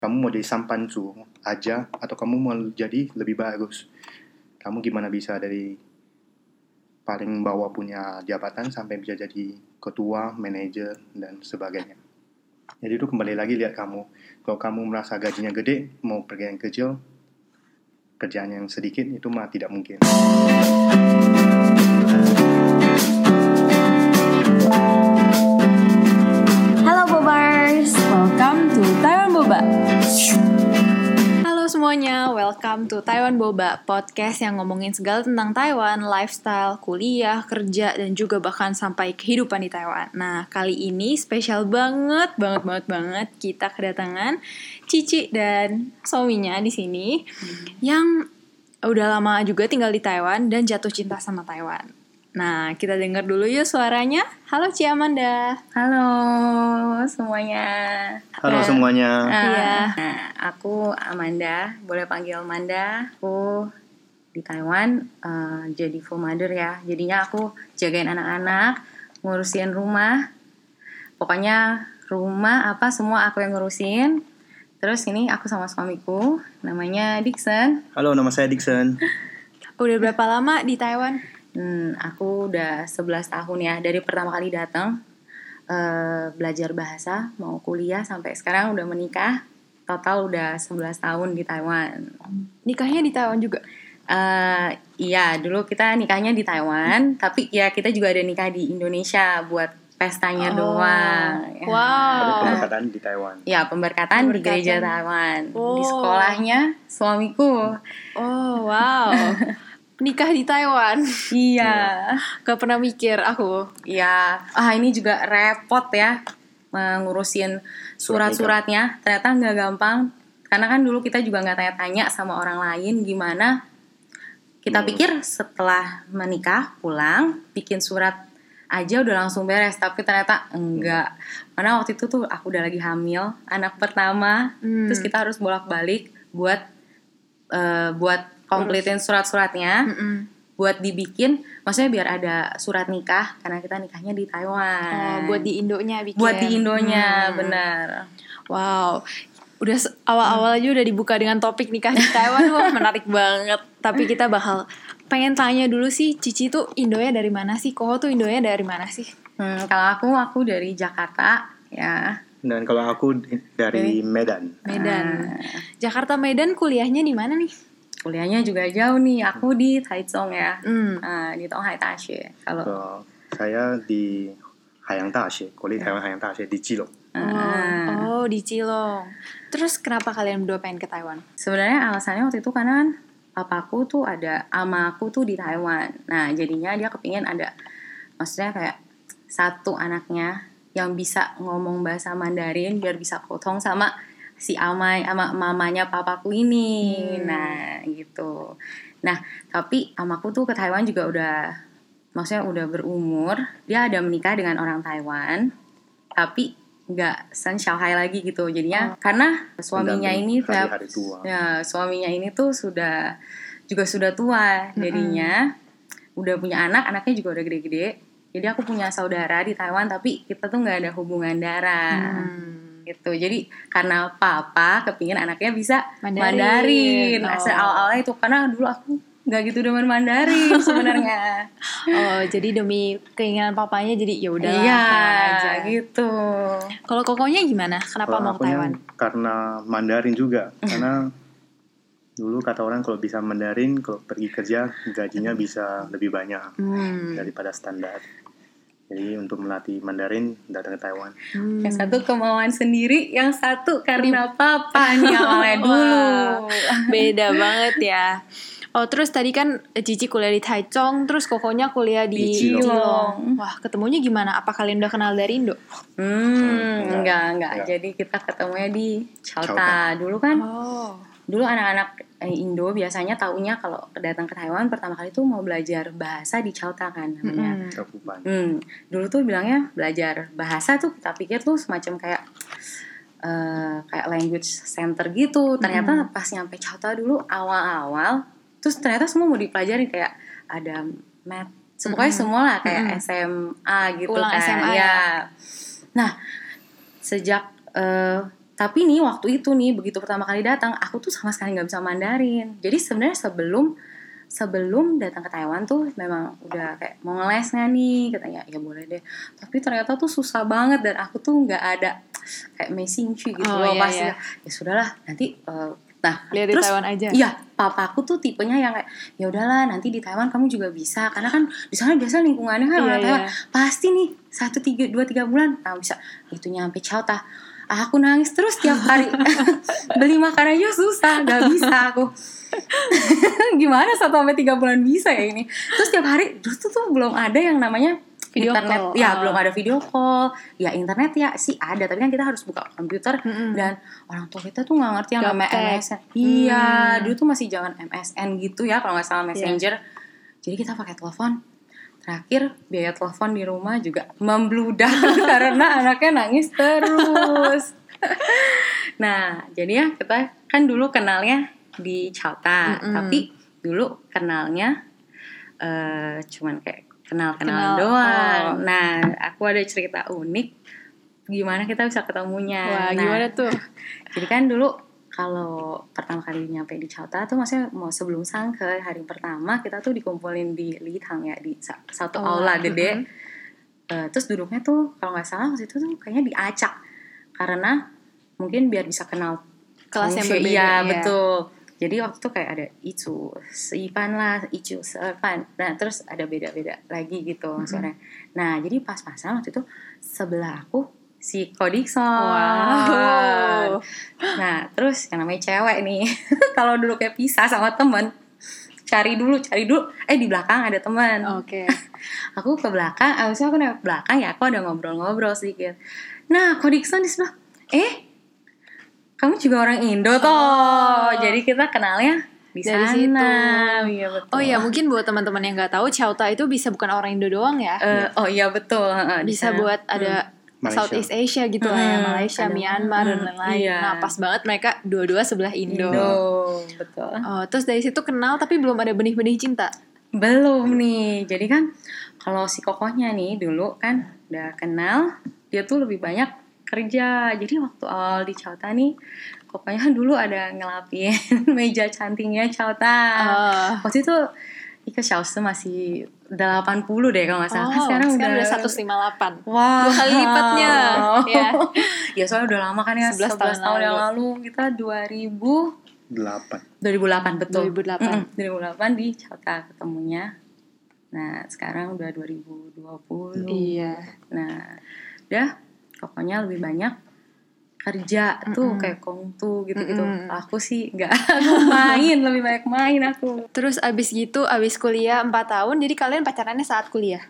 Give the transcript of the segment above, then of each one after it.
Kamu mau jadi sampancu aja atau kamu mau jadi lebih bagus? Kamu gimana bisa dari paling bawah punya jabatan sampai bisa jadi ketua, manajer, dan sebagainya. Jadi itu kembali lagi lihat kamu. Kalau kamu merasa gajinya gede, mau pergi yang kecil, kerjaan yang sedikit, itu mah tidak mungkin. Halo Bobers, welcome to Taiwan Boba. Halo semuanya, welcome to Taiwan Boba, podcast yang ngomongin segala tentang Taiwan, lifestyle, kuliah, kerja, dan juga bahkan sampai kehidupan di Taiwan. Nah, kali ini spesial banget kita kedatangan Cici dan suaminya di sini yang udah lama juga tinggal di Taiwan dan jatuh cinta sama Taiwan. Nah, kita dengar dulu yuk suaranya. Halo Ci Amanda. Halo semuanya. Halo semuanya. Iya. Aku Amanda, boleh panggil Amanda. Aku di Taiwan jadi full mother ya. Jadinya aku jagain anak-anak, ngurusin rumah. Pokoknya rumah apa semua aku yang ngurusin. Terus ini aku sama suamiku, namanya Dixon. Halo, nama saya Dixon. Udah berapa lama di Taiwan? Aku udah 11 tahun ya. Dari pertama kali datang belajar bahasa, mau kuliah sampai sekarang udah menikah. Total udah 11 tahun di Taiwan. Nikahnya di Taiwan juga? Iya, dulu kita nikahnya di Taiwan, tapi ya kita juga ada nikah di Indonesia buat pestanya doang. Wow. Ada pemberkatan di Taiwan. Ya, pemberkatan di gereja Taiwan. Di sekolahnya suamiku. Oh, wow. Nikah di Taiwan. Iya. Gak pernah mikir aku. Iya. Ini juga repot ya ngurusin surat-suratnya. Ternyata nggak gampang. Karena kan dulu kita juga nggak tanya-tanya sama orang lain gimana. Kita pikir setelah menikah pulang bikin surat aja udah langsung beres, tapi ternyata enggak. Karena waktu itu tuh aku udah lagi hamil anak pertama, terus kita harus bolak-balik buat kompletin surat-suratnya, buat dibikin, maksudnya biar ada surat nikah karena kita nikahnya di Taiwan. Buat di Indonya bikin. Buat di Indonya, benar. Wow. Udah awal-awal aja udah dibuka dengan topik nikah di Taiwan. Wah, menarik banget. Tapi kita bakal pengen tanya dulu sih, Cici tuh Indonya dari mana sih? Koho tuh Indonya dari mana sih? Kalau aku dari Jakarta ya. Dan kalau aku dari Medan. Jakarta Medan kuliahnya di mana nih? Kuliahnya juga jauh nih. Aku di Taichung ya. Di Donghai Daxue. Kalau saya di Haiyang Daxue, kuliah Taiwan Haiyang Daxue di Keelung. Oh, di Keelung. Terus kenapa kalian berdua pengen ke Taiwan? Sebenarnya alasannya waktu itu karena papaku tuh ama aku tuh di Taiwan. Nah, jadinya dia kepingin ada, maksudnya kayak satu anaknya yang bisa ngomong bahasa Mandarin biar bisa kotong sama si amai sama mamanya papaku ini. Nah, gitu. Nah, tapi amaku tuh ke Taiwan juga maksudnya udah berumur. Dia ada menikah dengan orang Taiwan, tapi nggak San Shanghai lagi gitu. Jadinya karena suaminya ini hari-hari tua. Ya, suaminya ini tuh sudah tua. Jadinya udah punya anaknya juga udah gede-gede. Jadi aku punya saudara di Taiwan, tapi kita tuh nggak ada hubungan darah. Gitu. Jadi karena papa kepingin anaknya bisa Mandarin. Awal-awalnya itu karena dulu aku nggak gitu demen Mandarin sebenarnya. Jadi demi keinginan papanya jadi ya udahlah. Iya, aja gitu. Kalau kokonya gimana? Kenapa mau ke Taiwan? Karena Mandarin juga. Karena dulu kata orang kalau bisa Mandarin, kalau pergi kerja gajinya bisa lebih banyak daripada standar. Jadi untuk melatih Mandarin datang ke Taiwan. Yang satu kemauan sendiri, yang satu karena papanya awalnya dulu. Beda banget ya. Terus tadi kan Cici kuliah di Taichung, terus kokonya kuliah di Keelung. Wah, ketemunya gimana? Apa kalian udah kenal dari Indo? Enggak. Jadi kita ketemunya di Chota. Dulu kan, dulu anak-anak Indo biasanya taunya kalau datang ke Taiwan pertama kali tuh mau belajar bahasa di Chota kan namanya. Dulu tuh bilangnya belajar bahasa tuh kita pikir tuh semacam kayak language center gitu. Ternyata pas nyampe Chota dulu awal-awal, terus ternyata semua mau dipelajari kayak ada math, pokoknya semua lah kayak SMA gitu. Ulang kan. SMA ya. Nah, sejak Tapi nih waktu itu nih begitu pertama kali datang, aku tuh sama sekali nggak bisa Mandarin. Jadi sebenarnya sebelum datang ke Taiwan tuh memang udah kayak mau ngeles nggak nih, katanya ya boleh deh. Tapi ternyata tuh susah banget dan aku tuh nggak ada kayak messing gitu loh. iya, Pasti iya. ya sudahlah nanti. Nah, Lihat di terus Taiwan aja. Iya, papaku tuh tipenya yang kayak ya udahlah nanti di Taiwan kamu juga bisa, karena kan di sana biasa lingkungannya kan orang Taiwan pasti nih 2-3 bulan bisa itu nyampe Chao-ta. Aku nangis terus tiap hari. Beli makan aja susah, gak bisa aku. Gimana 1-3 bulan bisa ya ini. Terus tiap hari terus tuh belum ada yang namanya Video internet call. ya belum ada video call ya, internet ya sih ada tapi kan kita harus buka komputer dan orang tua kita tuh nggak ngerti yang namanya MSN. Iya, dulu tuh masih jangan MSN gitu ya kalau nggak salah, Messenger. Jadi kita pakai telepon. Terakhir biaya telepon di rumah juga membludak karena anaknya nangis terus. Nah jadi ya kita kan dulu kenalnya di Chao-ta, tapi dulu kenalnya cuman kayak kenal doang. Nah, aku ada cerita unik gimana kita bisa ketemunya. Wah, gimana tuh? Jadi kan dulu kalau pertama kali nyampe di Chao-ta tuh maksudnya mau sebelum sangke hari pertama kita tuh dikumpulin di Litang ya, di satu aula gede. Terus duduknya tuh kalau nggak salah waktu itu tuh kayaknya diacak karena mungkin biar bisa kenal kelas yang berbeda. Iya, betul. Jadi waktu itu kayak ada Ichu, Seipan lah, Ichu, Seipan. Nah terus ada beda-beda lagi gitu maksudnya. Nah jadi pas-pasan waktu itu sebelah aku si Kodikson. Wow. Nah terus yang namanya cewek nih, kalau dulu kayak pisah sama temen, cari dulu. Di belakang ada teman. Oke. Aku ke belakang, abisnya aku naik ke belakang ya aku ada ngobrol-ngobrol sedikit. Nah Kodikson di sebelah, kamu juga orang Indo toh. Jadi kita kenalnya dari sana. Situ. Iya betul. Oh iya, mungkin buat teman-teman yang nggak tahu, Chao-ta itu bisa bukan orang Indo doang ya. Oh iya betul. Bisa buat ada Southeast Asia gitu lah ya, Malaysia, Myanmar dan lain-lain. Iya. Nah pas banget mereka dua-dua sebelah Indo. Betul. Oh, terus dari situ kenal tapi belum ada benih-benih cinta. Belum nih. Jadi kan kalau si kokohnya nih dulu kan udah kenal, dia tuh lebih banyak kerja. Jadi waktu awal di Chao-ta nih kokohnya dulu ada ngelapin meja cantingnya Chao-ta. Waktu itu Ika Xiaosi masih 80 deh kalau nggak salah. Sekarang udah 158. Wah, 2 kali lipatnya. Ya. Ya soalnya udah lama kan ya, 11 tahun yang lalu. Kita 2008 betul. 2008 di Chao-ta ketemunya. Nah sekarang udah 2020. Iya. Nah udah pokoknya lebih banyak kerja tuh kayak kongtu gitu-gitu. Aku sih enggak, aku lebih banyak main aku. Terus abis kuliah 4 tahun, jadi kalian pacarannya saat kuliah?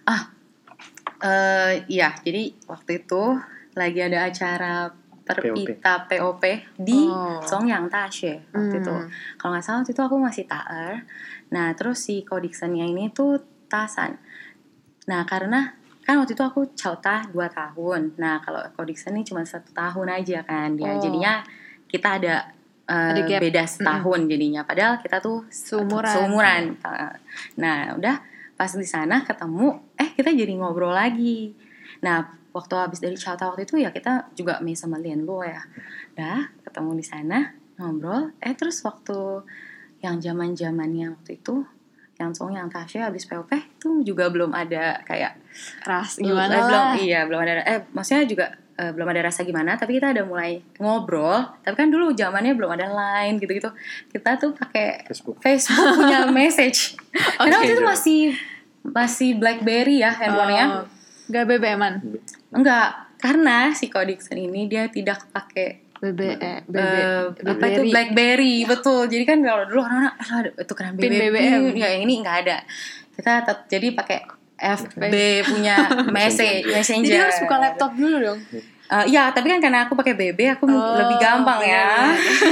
Iya, jadi waktu itu lagi ada acara Perpita POP di Zongyang Daxue waktu itu. Kalau nggak salah waktu itu aku masih taer. Nah terus si Kodiksennya ini tuh tasan. Nah karena kan waktu itu aku Chao-ta 2 tahun. Nah kalau Kodiksen ini cuma 1 tahun aja kan dia. Jadinya kita ada beda setahun jadinya. Padahal kita tuh seumuran. Nah udah pas di sana ketemu, kita jadi ngobrol lagi. Nah waktu habis dari Chao-ta waktu itu ya kita juga main sama Lian Luo ya. Udah ketemu di sana ngobrol. Terus waktu yang zaman-zamannya waktu itu yang Zongyang Daxue habis POP itu juga belum ada kayak gimana lah. Belum ada maksudnya juga belum ada rasa gimana, tapi kita udah mulai ngobrol. Tapi kan dulu zamannya belum ada Line gitu-gitu. Kita tuh pakai Facebook punya message. Karena waktu itu masih BlackBerry ya handphonenya. Gak BBM-an? Enggak, karena si Kodiksen ini dia tidak pakai apa itu BlackBerry, betul. Jadi kan kalau dulu orang-orang itu keren BBM. Ya yang ini nggak ada. Kita jadi pakai FB punya Messenger. Jadi harus buka laptop dulu dong. Ya, tapi kan karena aku pakai BB aku lebih gampang ya.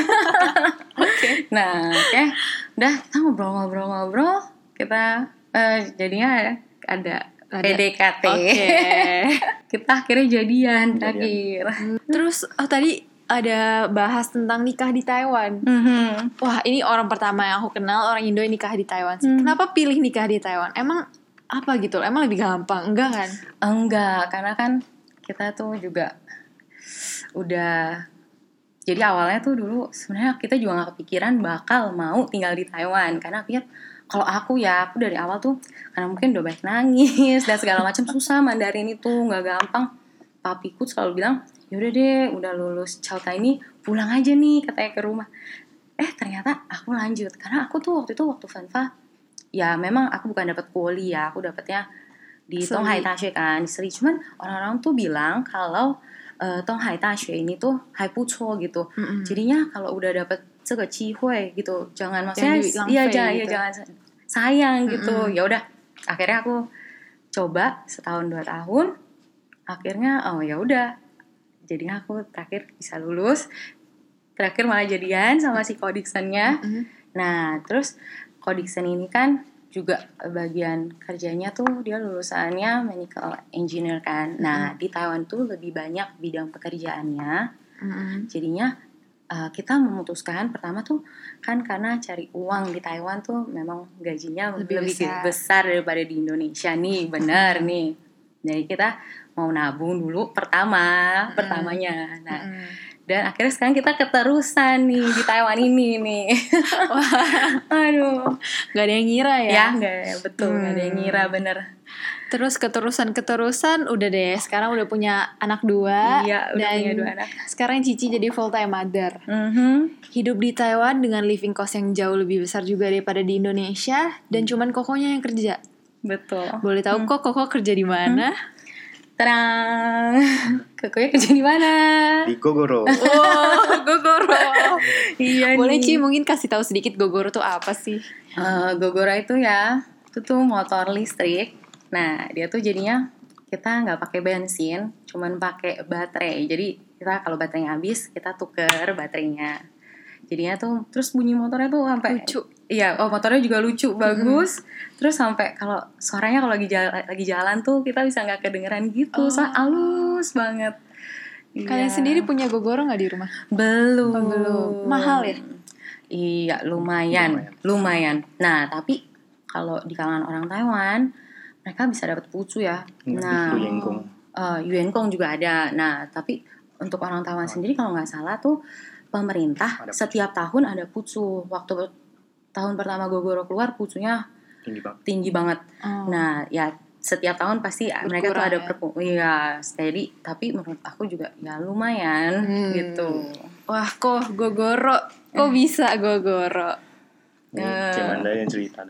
Nah, udah kita ngobrol-ngobrol. Kita jadinya ada PDKT. Kita akhirnya jadian. Terus tadi ada bahas tentang nikah di Taiwan. Wah, ini orang pertama yang aku kenal orang Indo yang nikah di Taiwan sih. Kenapa pilih nikah di Taiwan? Emang apa gitu? Emang lebih gampang? Enggak kan? Enggak, karena kan kita tuh juga udah Jadi awalnya tuh dulu sebenarnya kita juga gak kepikiran bakal mau tinggal di Taiwan, karena pikir kalau aku dari awal tuh karena mungkin udah banyak nangis dan segala macam, susah Mandarin itu nggak gampang. Papiku selalu bilang, yaudah deh udah lulus Chauta ini pulang aja nih katanya ke rumah. Ternyata aku lanjut, karena aku tuh waktu Fanfa ya memang aku bukan dapat kuliah, aku dapatnya di Tonghai Dashi kan, di Seri. Cuman orang-orang tuh bilang kalau Tonghai Dashi ini tuh hai puco gitu. Jadinya kalau udah dapet这个机会gitu, jangan maksudnya jangan sayang gitu. Ya udah, akhirnya aku coba setahun 2 tahun, akhirnya ya udah, jadinya aku terakhir bisa lulus, terakhir malah jadian sama si Kodiksennya. Nah terus Kodiksen ini kan juga bagian kerjanya tuh dia lulusannya mechanical engineer kan. Nah di Taiwan tuh lebih banyak bidang pekerjaannya. Jadinya kita memutuskan pertama tuh kan karena cari uang di Taiwan tuh memang gajinya lebih besar daripada di Indonesia nih, benar nih. Jadi kita mau nabung dulu pertamanya. Nah, dan akhirnya sekarang kita keterusan nih di Taiwan ini nih. Aduh, nggak ada yang ngira ya? Ya nggak, betul, nggak ada yang ngira, bener. Terus keterusan udah deh. Sekarang udah punya anak 2. Iya, udah punya 2 anak. Sekarang Cici jadi full time mother. Hidup di Taiwan dengan living cost yang jauh lebih besar juga daripada di Indonesia, dan cuman kokonya yang kerja. Betul. Boleh tahu koko kerja di mana? Terang. Kokonya kerja di mana? Di Gogoro. Oh, Gogoro. Iya. Boleh Ci mungkin kasih tahu sedikit Gogoro tuh apa sih? Gogoro itu tuh motor listrik. Nah, dia tuh jadinya kita nggak pakai bensin, cuman pakai baterai. Jadi kita kalau baterainya habis, kita tuker baterainya. Jadinya tuh terus bunyi motornya tuh sampai lucu. Iya, motornya juga lucu, bagus. Terus sampai kalau suaranya kalau lagi jalan tuh kita bisa nggak kedengeran gitu, soalnya halus banget. Kalian sendiri punya Gogoro nggak di rumah? Belum. Mahal ya? Iya, lumayan. Nah, tapi kalau di kalangan orang Taiwan, mereka bisa dapat pucu ya. Nah, Yuenkong juga ada. Nah, tapi untuk orang Taiwan sendiri kalau nggak salah tuh pemerintah setiap tahun ada pucu. Waktu tahun pertama Gogoro keluar pucunya tinggi banget. Nah, ya setiap tahun pasti mereka tuh ada steady. Tapi menurut aku juga ya lumayan gitu. Wah, kok Gogoro? Kok bisa Gogoro? Cemanda yang cerita.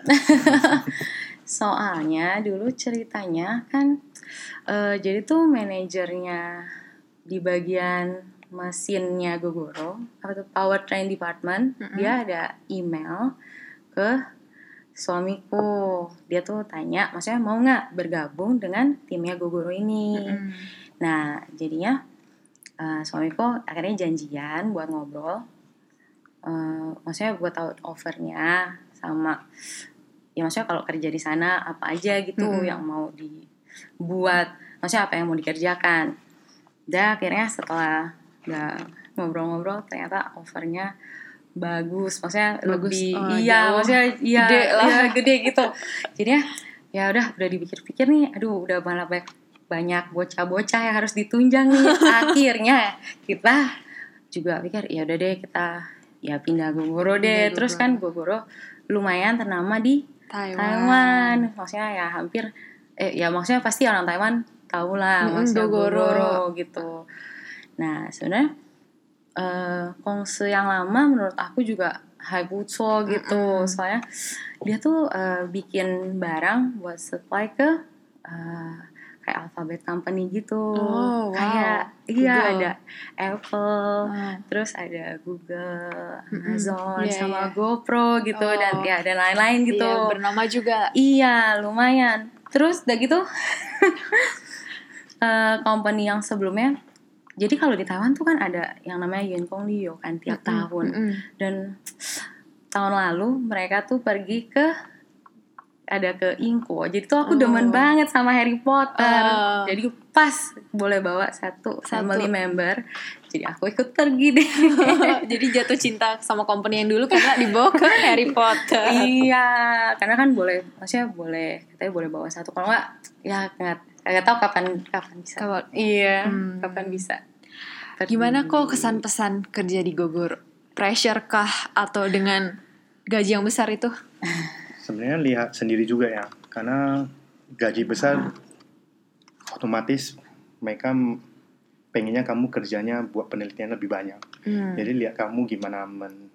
Soalnya dulu ceritanya kan jadi tuh manajernya di bagian mesinnya Gogoro atau powertrain department, dia ada email ke suamiku. Dia tuh tanya, maksudnya mau nggak bergabung dengan timnya Gogoro ini. Nah jadinya suamiku akhirnya janjian buat ngobrol, maksudnya buat tahu offernya sama ya maksudnya kalau kerja di sana apa aja gitu yang mau dibuat, maksudnya apa yang mau dikerjakan. Dan akhirnya setelah ngobrol-ngobrol ternyata offernya bagus, maksudnya lebih maksudnya gede gitu. Jadinya ya udah dipikir-pikir nih, udah malah banyak bocah-bocah yang harus ditunjang nih. Akhirnya kita juga pikir ya udah deh kita ya pindah Gogoro deh. Terus kan Gogoro lumayan ternama di Taiwan. Maksudnya ya hampir ya maksudnya pasti orang Taiwan tahu lah maksudnya Gogoro gitu. Nah sebenarnya Kongsi yang lama menurut aku juga Haibucho gitu. Soalnya dia tuh bikin barang buat supply ke kayak alphabet company gitu. Kayak ada Apple, terus ada Google, Amazon, sama GoPro gitu dan lain-lain gitu. Iya, bernama juga. Iya, lumayan. Terus udah gitu company yang sebelumnya. Jadi kalau di Taiwan tuh kan ada yang namanya Yuenkong Liu kan tiap tahun. Dan tahun lalu mereka tuh pergi ke Inko. Jadi tuh aku demen banget sama Harry Potter. Jadi pas boleh bawa satu family member. Jadi aku ikut pergi deh. Jadi jatuh cinta sama company yang dulu karena dibawa ke Harry Potter. Iya, karena kan katanya boleh bawa satu. Kalau enggak ya nggak tahu kapan bisa. Kapan bisa Gimana kok kesan-pesan kerja di Gogoro? Pressure kah atau dengan gaji yang besar itu? Sebenarnya lihat sendiri juga ya, karena gaji besar otomatis mereka pengennya kamu kerjanya buat penelitian lebih banyak. Jadi lihat kamu gimana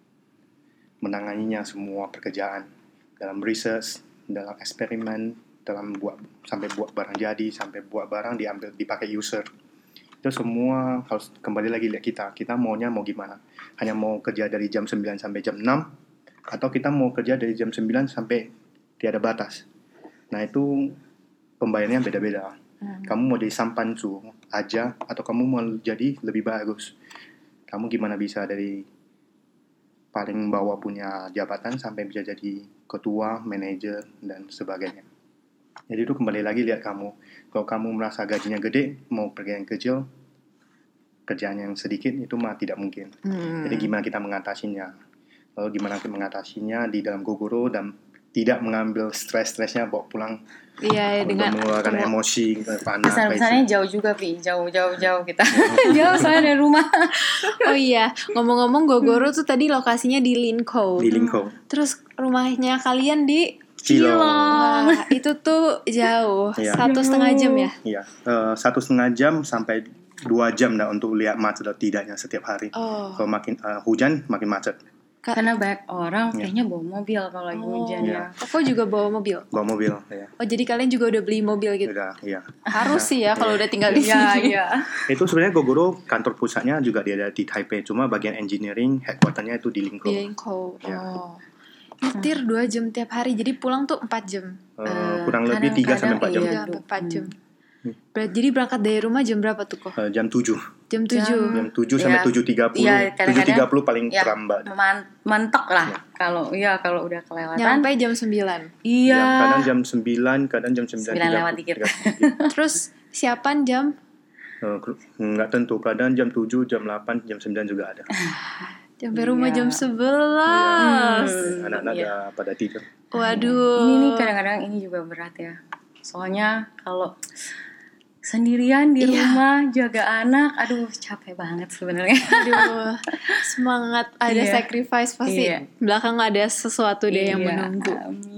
menanganinya semua pekerjaan dalam research, dalam eksperimen, dalam sampai buat barang jadi, sampai buat barang dipakai user. Itu semua harus kembali lagi lihat kita maunya mau gimana. Hanya mau kerja dari jam 9 sampai jam 6 atau kita mau kerja dari jam 9 sampai tiada batas. Nah itu pembayarannya beda-beda. Kamu mau jadi sampansu aja atau kamu mau jadi lebih bagus. Kamu gimana bisa dari paling bawah punya jabatan sampai bisa jadi ketua, manajer, dan sebagainya. Jadi itu kembali lagi lihat kamu. Kalau kamu merasa gajinya gede, mau kerja yang kecil, kerjaan yang sedikit itu mah tidak mungkin. Jadi gimana kita mengatasinya? Lalu gimana kita mengatasinya di dalam Gogoro dan tidak mengambil stres-stresnya bawa pulang. Iya, dengan mengeluarkan emosi, panas. Pesan-pesannya jauh juga, Pi. Jauh kita. Jauh soalnya dari rumah. Oh iya, ngomong-ngomong Gogoro tuh tadi lokasinya di Linkou. Di Linkou. Terus rumahnya kalian di Cilong. Wah, itu tuh jauh. Iya. 1,5 jam ya? Iya, 1,5 jam sampai 2 jam dah untuk lihat macet atau tidaknya setiap hari. Kalau makin hujan makin macet. Karena banyak orang kayaknya bawa mobil kalau lagi hujan ya. Kok juga bawa mobil? Bawa mobil, ya. Oh, jadi kalian juga udah beli mobil gitu? Udah, iya. Harus sih ya kalau udah tinggal di sini. Iya. Itu sebenarnya Gogoro kantor pusatnya juga dia ada di Taipei, cuma bagian engineering headquarternya itu di Linkou. Di Linkou. Ya. Nyetir 2 jam tiap hari, jadi pulang tuh 4 jam. Kurang lebih 3 sampai 4 jam. 3 sampai 4 jam. Jadi berangkat dari rumah jam berapa tuh kok? Jam 7. Jam 7. Jam 7 sampai 7.30. Iya, 7.30 paling terlambat. Mentok lah. Kalau udah kelewatan. Nyampe jam 9. Iya. Kadang jam 9, kadang jam 9 lewat dikit. Terus siapan jam? Nggak tentu, kadang jam 7, jam 8, jam 9 juga ada. Sampai rumah jam 11. Anak-anak udah pada tidur. Waduh. Ini nih kadang-kadang ini juga berat ya. Soalnya kalau sendirian di rumah jaga anak, aduh capek banget sebenarnya. Aduh, semangat ada sacrifice pasti. Belakang ada sesuatu deh yang menunggu.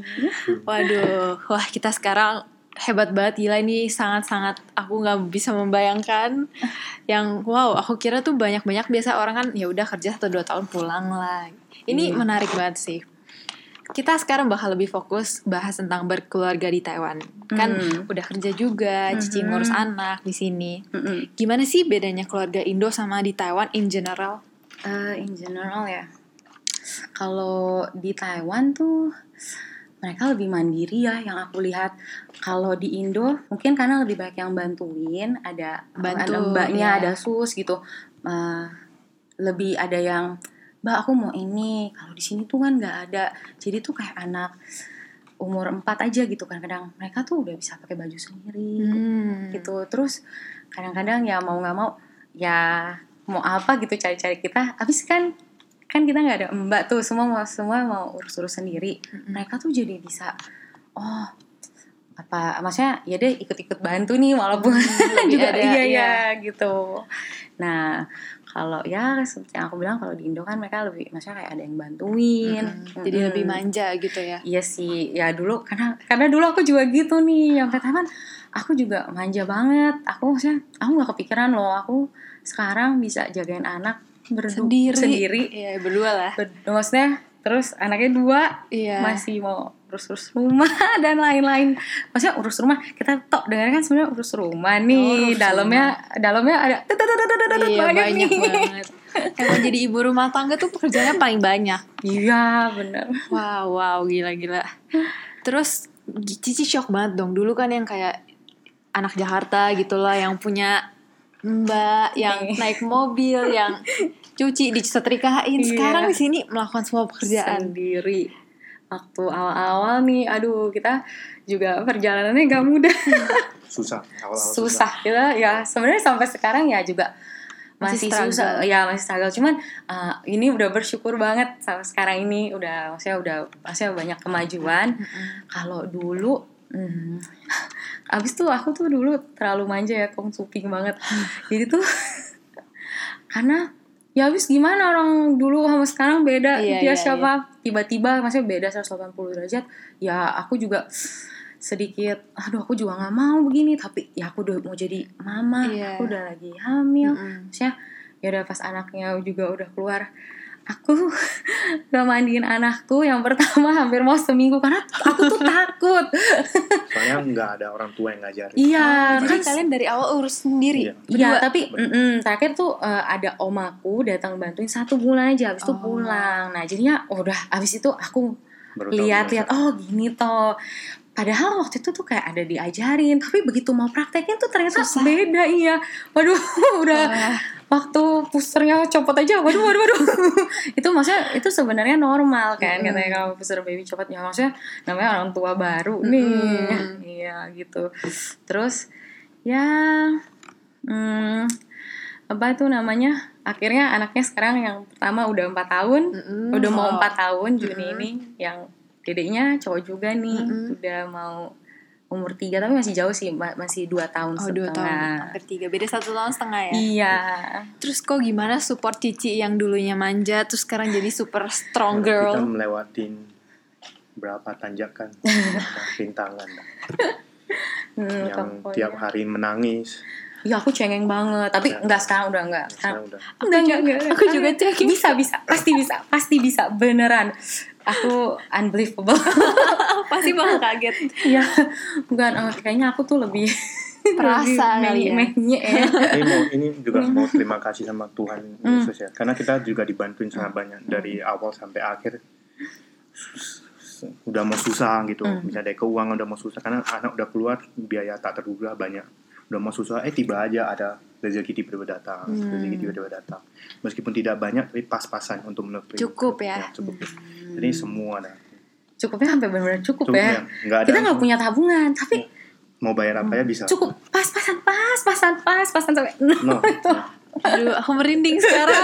Waduh, wah kita sekarang hebat banget, gila ini sangat-sangat aku nggak bisa membayangkan. Yang wow, aku kira tuh banyak-banyak biasa orang kan ya udah kerja 1-2 tahun pulang lah. Ini menarik banget sih. Kita sekarang bakal lebih fokus bahas tentang berkeluarga di Taiwan. Kan udah kerja juga, Cici ngurus anak di sini. Gimana sih bedanya keluarga Indo sama di Taiwan in general? In general ya. Kalau di Taiwan tuh mereka lebih mandiri ya yang aku lihat. Kalau di Indo mungkin karena lebih banyak yang bantuin, ada mbaknya, ada sus gitu. Lebih ada yang Mbak aku mau ini, kalau di sini tuh kan nggak ada, jadi tuh kayak anak umur 4 aja gitu kan, kadang mereka tuh udah bisa pakai baju sendiri gitu. Terus kadang-kadang ya mau nggak mau ya mau apa gitu cari-cari kita, habis kan kita nggak ada mbak tuh, semua mau urus-urus sendiri. Mereka tuh jadi bisa maksudnya ya deh ikut-ikut bantu nih walaupun juga iya gitu. Nah kalau ya seperti yang aku bilang, kalau di Indo kan mereka lebih, maksudnya kayak ada yang bantuin, jadi lebih manja gitu ya. Iya sih ya, dulu karena dulu aku juga gitu nih, yang katakan aku juga manja banget. Aku maksudnya aku nggak kepikiran loh aku sekarang bisa jagain anak sendiri. Iya berdua lah. Maksudnya terus anaknya 2 masih mau urus rumah dan lain-lain. Maksudnya urus rumah, kita dengar kan sebenarnya urus rumah nih, dalamnya ada banyak banget. Emang jadi ibu rumah tangga tuh pekerjaannya paling banyak. Iya benar. Wow gila. Terus Cici shock banget dong, dulu kan yang kayak anak Jakarta gitulah yang punya mbak yang naik mobil, yang cuci disetrikain. Sekarang di sini melakukan semua pekerjaan sendiri. Waktu awal-awal nih, aduh kita juga perjalanannya gak mudah. Susah. Susah. Kita ya sebenarnya sampai sekarang ya juga masih susah. Ya masih struggle. Cuman ini udah bersyukur banget sampai sekarang ini maksudnya banyak kemajuan. Kalau dulu abis tuh aku tuh dulu terlalu manja ya, konsuming banget. Jadi tuh Karena ya habis gimana, orang dulu sama sekarang beda. Iya, Dia iya, siapa tiba-tiba maksudnya beda 180 derajat. Ya aku juga sedikit aduh aku juga nggak mau begini, tapi ya aku udah mau jadi mama, Iya. aku udah lagi hamil. Maksudnya ya udah pas anaknya juga udah keluar, aku gak mandiin anakku yang pertama hampir mau seminggu karena aku tuh takut. Soalnya nggak ada orang tua yang ngajarin. Iya, Jadi kan kalian dari awal urus sendiri. Iya. iya, Berdua. tapi terakhir tuh ada omaku datang bantuin 1 bulan aja, habis itu pulang. Nah jadinya udah habis itu aku Baru tahu lihat-lihat, oh gini toh. Padahal waktu itu tuh kayak ada diajarin, tapi begitu mau praktekin tuh ternyata beda. Iya, waduh udah waktu pusternya copot aja, waduh. Itu maksudnya itu sebenarnya normal kan, katanya kalau puster baby copot, ya maksudnya namanya orang tua baru nih. Iya gitu. Terus ya apa itu namanya, akhirnya anaknya sekarang yang pertama udah 4 tahun, udah mau 4 tahun Juni ini. Yang dedeknya cowok juga nih, udah mau umur 3 tapi masih jauh sih, masih 2 tahun setengah. 2 tahun, hampir 3, beda 1 tahun setengah ya. Iya. Terus kok gimana support Cici yang dulunya manja terus sekarang jadi super strong Kita girl? melewatin berapa tanjakan, berapa rintangan yang pokoknya. tiap hari menangis. Iya aku cengeng banget, tapi Ya. enggak sekarang udah enggak. Sekarang udah. Enggak. Aku juga cengeng. Pasti bisa beneran. Aku unbelievable. Pasti bakal kaget. Iya, bukan kayaknya aku tuh lebih Perasa kali ya. menye ya. Ini juga mau terima kasih sama Tuhan Yesus ya, karena kita juga dibantuin sangat banyak dari awal sampai akhir. Udah mau susah gitu, misalnya dari keuangan udah mau susah karena anak udah keluar, biaya tak terduga banyak. Udah mau susah, tiba aja ada rezeki tiba-tiba datang, meskipun tidak banyak tapi pas-pasan untuk menutupi. Cukup ya. Cukup. Jadi semua ada. Cukupnya sampai benar-benar cukup ya. Nggak ada. Kita nggak punya tabungan, tapi mau bayar apa ya bisa. cukup pas-pasan sampai. No. Aduh, aku merinding sekarang.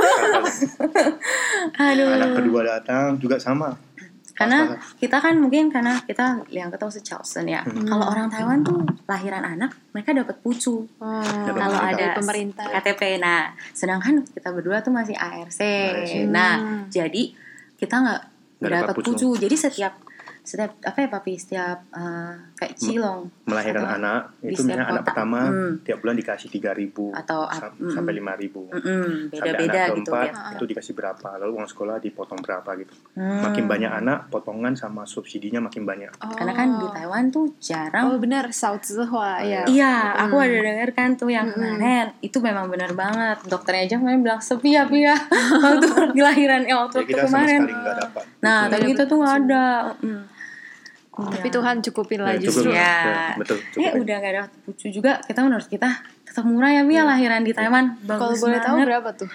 Aduh. Anak kedua datang juga sama. Karena kita kan mungkin karena kita yang ketemu se-Charleston ya. Kalau orang Taiwan tuh lahiran anak mereka dapat pucu. Kalau ada pemerintah. KTP. Nah, sedangkan kita berdua tuh masih ARC. Nah, jadi kita nggak dapat pucu. Jadi setiap apa ya papi, setiap kayak cilong melahirkan atau anak itu setiap misalnya anak kota. pertama tiap bulan dikasih 3.000 Atau sampai 5.000. beda-beda sampai gitu anak ya. keempat itu dikasih berapa, lalu uang sekolah dipotong berapa gitu. Makin banyak anak, potongan sama subsidinya makin banyak. Karena kan di Taiwan tuh jarang. Oh benar, Saozihua ya. Iya, aku ada denger kan tuh yang kemarin. Itu memang benar banget. Dokternya aja kemarin bilang sepi ya waktu lahiran waktu Jadi kita sama kemarin. sekali nggak dapat. Nah, tapi kita tuh nggak ada. Tapi Tuhan cukupin lah Ya, justru. cukup. Ya. Betul, cukup. Udah gak ada pucu juga. Kita menurut kita tetap murah ya Mia lahiran di Taiwan. Kalau Bagus boleh tahu banget. berapa tuh?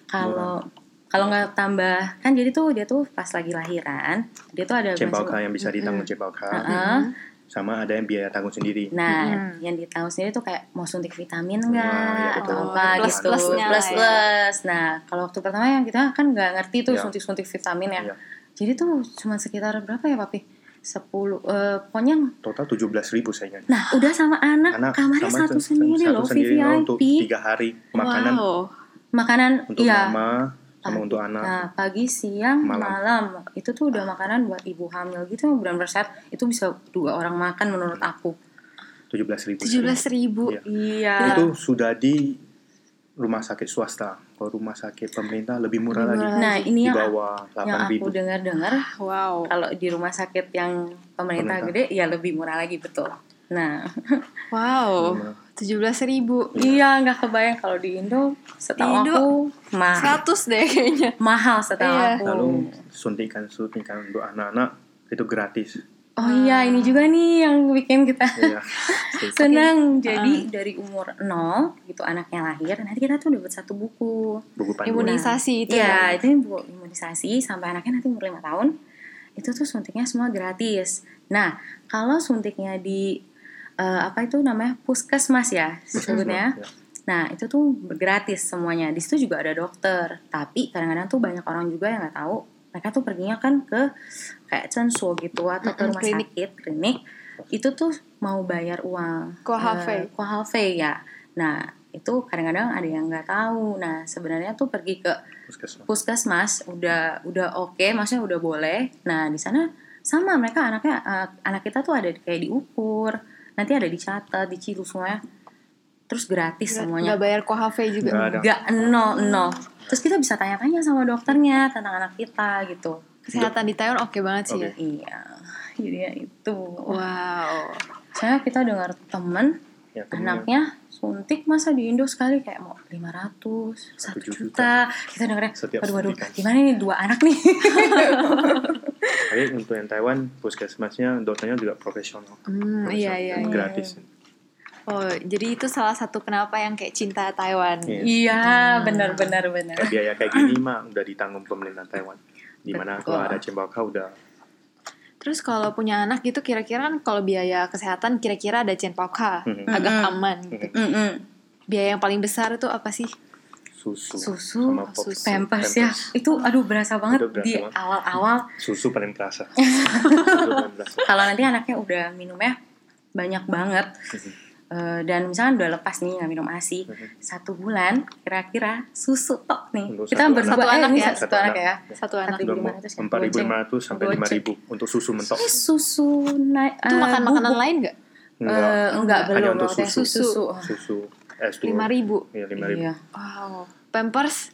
Kalau nggak tambah kan, jadi tuh dia tuh pas lagi lahiran dia tuh ada Cempalka yang bisa ditanggung Cempalka. Sama ada yang biaya tanggung sendiri. Nah, yang ditanggung sendiri tuh kayak mau suntik vitamin nggak ya atau betul. apa gitu. Plus-plusnya lah ya. Plus. Nah, kalau waktu pertama yang kita kan nggak ngerti tuh Ya. suntik-suntik vitamin ya. Iya. Jadi tuh cuma sekitar berapa ya papi? 10 pokoknya. Total 17.000 saya ingat. Nah, udah sama anak kamarnya sama satu sendiri loh, untuk VVIP. 3 hari makanan Makanan untuk iya. mama sama untuk anak. Nah, pagi, siang, malam. Itu tuh udah makanan buat ibu hamil gitu yang benar-benar sehat. Itu bisa 2 orang makan menurut aku. 17.000. 17.000. Iya. Itu sudah di rumah sakit swasta. Kalau rumah sakit pemerintah lebih murah lagi. Nah, ini Di yang bawah aku 8.000. dengar Wow. kalau di rumah sakit yang pemerintah gede ya lebih murah lagi, betul. Nah, Wow. 17.000. iya nggak kebayang kalau di Indo. Setahu Di Indo aku mahal 100 deh kayaknya. mahal setahu Iya. aku. Lalu suntikan untuk anak-anak itu gratis. Oh iya, ini juga nih yang bikin kita Iya. senang. Jadi dari umur 0 gitu anaknya lahir, nanti kita tuh dapat 1 buku. Buku panduan. Imunisasi itu Iya, ya. itu buku imunisasi sampai anaknya nanti umur 5 tahun. Itu tuh suntiknya semua gratis. Nah, kalau suntiknya di apa itu namanya puskesmas ya sebetulnya. Ya. Nah, itu tuh gratis semuanya. Di situ juga ada dokter. Tapi kadang-kadang tuh banyak orang juga yang nggak tahu. Mereka tuh perginya kan ke kayak censo gitu atau ke rumah klinik. Itu tuh mau bayar uang Kohalfe ya. Nah, itu kadang-kadang ada yang nggak tahu. Nah sebenarnya tuh pergi ke puskesmas udah oke, maksudnya udah boleh. Nah di sana sama mereka anak kita tuh ada kayak diukur, nanti ada dicatat, dicilu semuanya, terus gratis semuanya. Nggak bayar KHV juga. Nggak, nol. Terus kita bisa tanya-tanya sama dokternya tentang anak kita gitu. Kesehatan di Taiwan oke banget sih ya. Iya, jadi ya itu. Wow. Saya kita dengar temen anaknya suntik, masa di Indo sekali kayak mau 500, 1 juta. Kita dengarnya, waduh, gimana nih 2 anak nih. Tapi untuk yang Taiwan, puskesmasnya dokternya juga profesional. Iya. Gratis. Oh, jadi itu salah satu kenapa yang kayak cinta Taiwan. Iya, benar. Biaya kayak gini mah udah ditanggung pemerintah Taiwan. Dimana kalau ada Cempaka udah. Terus kalau punya anak gitu kira-kira kan kalau biaya kesehatan kira-kira ada Cempaka, agak aman gitu. Biaya yang paling besar itu apa sih? Susu sama Pampers ya. Itu aduh berasa banget di awal-awal. Susu paling terasa. Kalau nanti anaknya udah minumnya banyak banget. Dan misalnya udah lepas nih nggak minum ASI 1 bulan, kira-kira susu tok nih. Untuk kita berdua satu anak ya. Satu anak 4.500 sampai 5.000 untuk susu mentok. Susu naik. Itu makan makanan lain nggak? Enggak, hanya belum. untuk susu. 5.000. Iya, 5.000. Iya. Wow. Pampers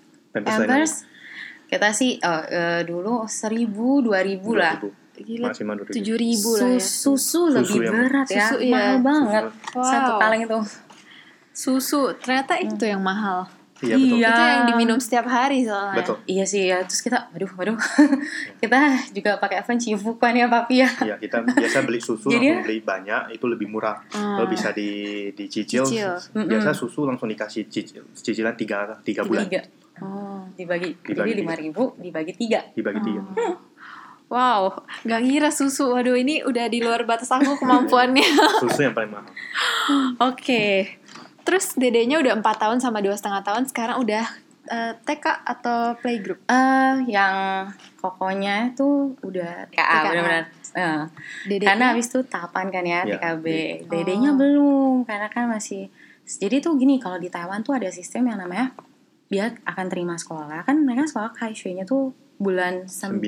kita sih dulu 1.000, 2.000 lah. Gila, maksimal 7.000 lah ya. Susu lebih berat ya. Susu, mahal banget. Wow. 1 kaleng itu. Susu ternyata itu yang mahal. Iya, betul. Itu yang diminum setiap hari soalnya. Betul. Iya sih ya. Terus kita waduh. Kita juga pakai oven civukan ya papi ya. Iya, kita biasa beli susu langsung beli banyak, itu lebih murah. Kalau bisa dicicil. Biasa susu langsung dikasih cicilan 3 bulan. 3. Dibagi. Jadi 5.000 dibagi 3. Dibagi 3. Wow, gak ngira susu. Waduh, ini udah di luar batas aku kemampuannya. Susu yang paling mahal. Oke. Terus dedenya udah 4 tahun sama 2,5 tahun. Sekarang udah TK atau playgroup? Yang kokonya tuh udah TKA. Benar-benar. Karena habis itu tahapan kan ya, TKB. Dedenya belum, karena kan masih. Jadi tuh gini, kalau di Taiwan tuh ada sistem yang namanya dia akan terima sekolah. Kan mereka sekolah kaishuinya tuh bulan 9.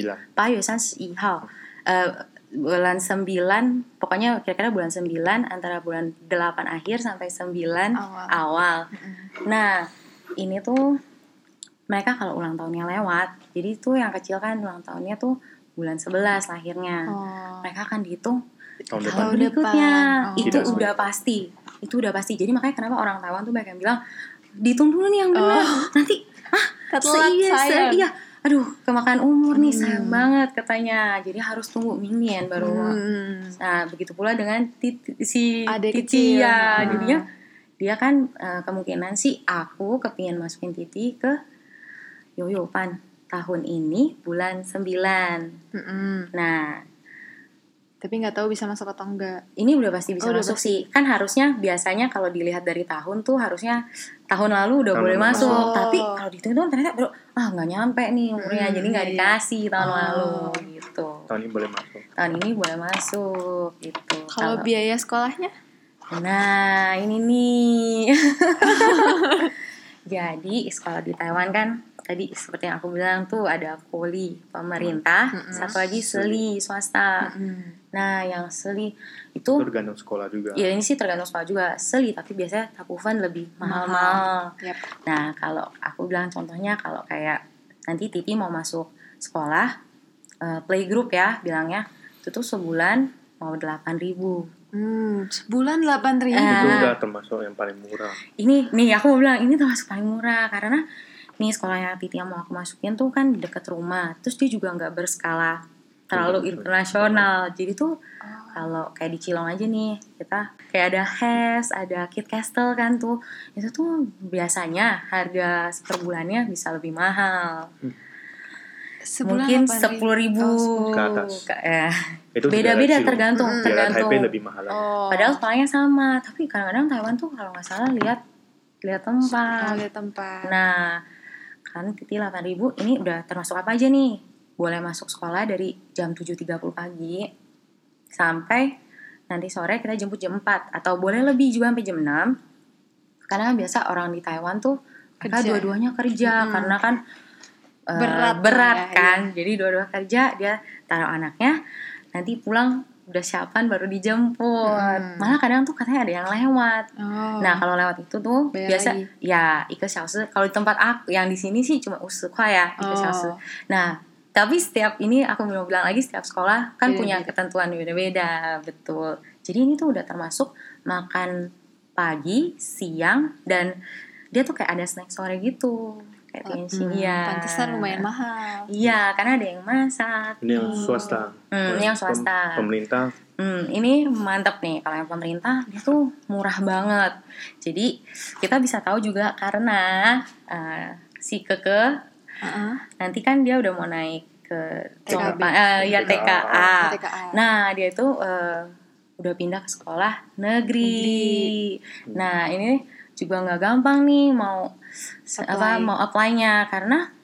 Bulan 9, pokoknya kira-kira bulan 9, antara bulan 8 akhir sampai 9 awal. Nah, ini tuh mereka kalau ulang tahunnya lewat, jadi tuh yang kecil kan ulang tahunnya tuh bulan 11 lahirnya. Mereka akan dihitung tahun berikutnya. Itu udah pasti. Jadi makanya kenapa orang Taiwan tuh banyak yang bilang dihitung dulu nih yang benar. Nanti iya. Aduh, kemakan umur nih, sayang banget katanya. Jadi harus tunggu mingguan baru. Nah, begitu pula dengan si adik Titi kecil. ya. Jadinya dia kan kemungkinan sih aku kepingin masukin Titi ke Yoyopan tahun ini bulan 9. Nah, tapi nggak tahu bisa masuk atau enggak. Ini udah pasti bisa masuk sih. Kan harusnya biasanya kalau dilihat dari tahun tuh harusnya tahun lalu udah boleh masuk. Tapi kalau dihitung ternyata nggak nyampe nih umurnya, jadi nggak dikasih tahun lalu gitu. Tahun ini boleh masuk. Tahun ini boleh masuk gitu. Kalau biaya sekolahnya? Nah ini nih. Jadi sekolah di Taiwan kan tadi seperti yang aku bilang tuh ada koli pemerintah, satu lagi seli swasta. Nah yang seli itu tergantung sekolah juga. Iya ini sih tergantung sekolah juga. Seli tapi biasanya takuvan lebih mahal. Nah kalau aku bilang contohnya kalau kayak nanti Titi mau masuk sekolah playgroup ya bilangnya itu tuh sebulan mau 8.000. Sebulan 8.000. Itu udah termasuk yang paling murah. Ini nih aku mau bilang ini termasuk paling murah karena nih sekolahnya Titi yang mau aku masukin tuh kan deket rumah. Terus dia juga nggak berskala terlalu internasional. Jadi tuh kalau kayak di Cilong aja nih kita kayak ada HES, ada Kid Castle kan tuh. Itu tuh biasanya harga per bulannya bisa lebih mahal. Mungkin 10.000 ke atas. Itu beda-beda tergantung. Taipei lebih mahal. Padahal sekolahnya sama, tapi kadang-kadang Taiwan tuh kalau nggak salah lihat tempat. Nah, kan Titi 8.000 ini udah termasuk apa aja nih? Boleh masuk sekolah dari jam 7.30 pagi sampai nanti sore kita jemput jam 4 atau boleh lebih juga sampai jam 6. Karena biasa orang di Taiwan tuh mereka Kerja. dua-duanya kerja karena kan ya, berat kan. Jadi dua-dua kerja, dia taruh anaknya, nanti pulang udah siapan baru dijemput. Malah kadang tuh katanya ada yang lewat. Oh. Nah kalau lewat itu tuh Bayar biasa lagi. ya 1小时. Kalau di tempat aku yang di sini sih cuma 50 块 ya 1小时. Nah tapi setiap ini aku mau bilang lagi, setiap sekolah kan punya ketentuan beda-beda, betul. Jadi ini tuh udah termasuk makan pagi, siang, dan dia tuh kayak ada snack sore gitu, kayak tianxin. Iya. Pantesan lumayan mahal. Iya, karena ada yang masak. Ini yang swasta. Ini yang swasta. Pemerintah. Ini mantap nih. Kalau yang pemerintah dia tuh murah banget. Jadi kita bisa tahu juga karena si Keke nanti kan dia udah mau naik ke TKB. TKA. TKA. Nah dia tuh udah pindah ke sekolah negeri. Nah ini juga nggak gampang nih mau apply-nya karena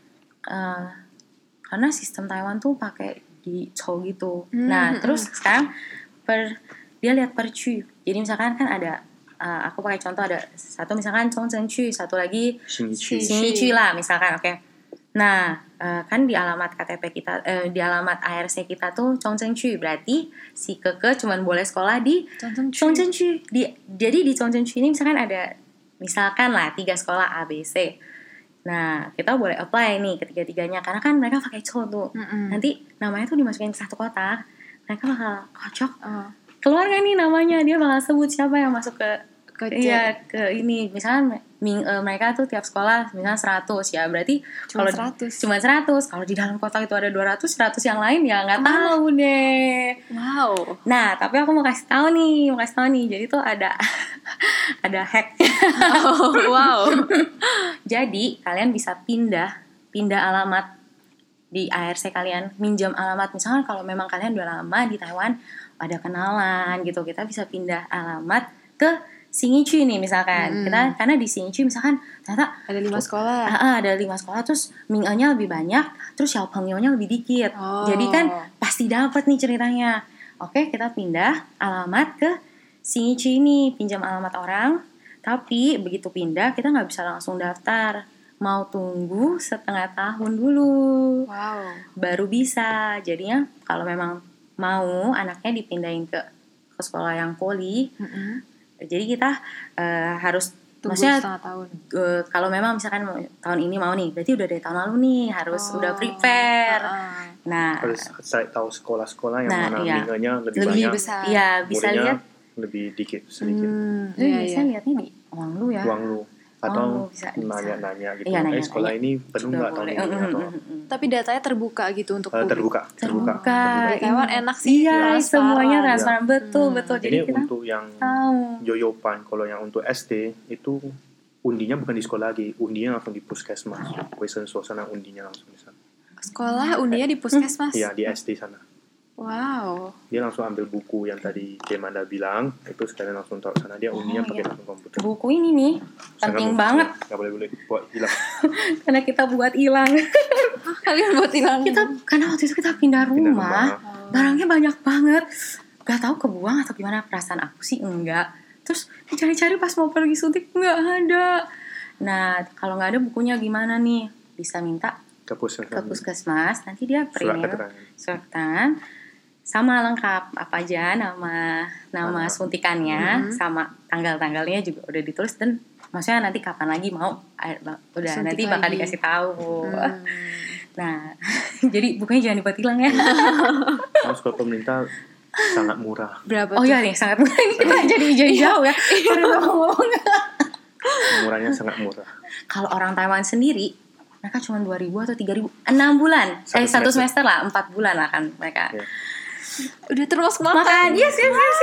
sistem Taiwan tuh pakai di Chou gitu. Nah terus sekarang dia lihat per Chu. Jadi misalkan kan ada aku pakai contoh, ada satu misalkan Chongzhen Chu, satu lagi Xinyi Chu lah misalkan, oke. Nah kan di alamat KTP kita, di alamat ARC kita tuh Chongzhen Chu, berarti si Keke cuman boleh sekolah di Chongzhen Chu. Jadi di Chongzhen Chu ini misalkan ada misalkan lah 3 sekolah A, B, C. Nah kita boleh apply nih ketiga-tiganya karena kan mereka pakai Chou tuh. Nanti namanya tuh dimasukin ke satu kotak, mereka bakal kocok. Keluar gak nih namanya, dia bakal sebut siapa yang masuk ke ini. Misalnya mereka tuh tiap sekolah misalnya 100 ya, berarti Cuma kalau 100. cuma 100, kalau di dalam kotak itu ada 200 yang lain ya nggak tahu deh. Wow. Nah tapi aku mau kasih tahu nih, jadi tuh ada ada hack. Oh, wow. Jadi kalian bisa pindah alamat di ARC kalian, minjam alamat. Misalkan kalau memang kalian udah lama di Taiwan, ada kenalan gitu, kita bisa pindah alamat ke Xinyi nih misalkan. Kita karena di Xinyi misalkan ternyata Ada 5 sekolah. ada 5 sekolah, terus Ming-nya lebih banyak, terus Xiaopengyo-nya lebih dikit. Jadi kan pasti dapat nih ceritanya. Oke, kita pindah alamat ke Xinyi ini, pinjam alamat orang. Tapi begitu pindah kita nggak bisa langsung daftar, mau tunggu setengah tahun dulu. Wow. Baru bisa. Jadinya kalau memang mau anaknya dipindahin ke sekolah yang poli, jadi kita harus Tunggu maksudnya setengah tahun. Kalau memang misalkan tahun ini mau nih, berarti udah dari tahun lalu nih harus udah prepare. Nah Harus saya tahu sekolah-sekolah yang mana iya. minggunya lebih Lebih banyak, besar. Iya bisa muridnya lihat. lebih sedikit. Jadi biasanya lihatnya di uang lu ya. Uang lu atau bisa. nanya-nanya gitu. Iya, nanya-nanya. Sekolah ini penuh nggak tahun ini atau Tapi datanya terbuka gitu untuk publik. terbuka. Di Taiwan enak sih. Iya, transparan. semuanya transparan. Betul. Jadi Ini kita untuk yang tahu. yoyopan, kalau yang untuk SD itu undinya bukan di sekolah lagi, undinya langsung di puskesmas. Wesen suasana undinya langsung di sana. Sekolah undinya di puskesmas. Iya, di SD sana. Wow. Dia langsung ambil buku yang tadi Demanda bilang, itu sekalian langsung taruh sana, dia undinya pakai langsung komputer. Buku ini nih penting banget Nggak boleh buat hilang. karena kita buat hilang. Kalian buat hilang. Karena waktu itu kita pindah rumah. Barangnya banyak banget. Gak tahu kebuang atau gimana, perasaan aku sih enggak. Terus dicari-cari pas mau pergi suntik nggak ada. Nah kalau nggak ada bukunya gimana nih? Bisa minta Ke puskesmas, nanti dia surat print keterangan. surat keterangan sama lengkap apa aja, nama suntikannya, sama tanggal-tanggalnya juga udah ditulis, dan maksudnya nanti kapan lagi mau udah Suntik nanti bakal lagi. dikasih tahu. Nah jadi bukunya jangan dibuat hilang ya. Kalau sekolah pemerintah sangat murah. Berapa Oh tuh? iya nih sangat kita jadi jauh ya. Murahnya sangat murah. Kalau orang Taiwan sendiri mereka cuma 2.000 atau 3.000 6 bulan. Satu semester lah, 4 bulan lah kan mereka. Ya. Udah terus makan. Yes.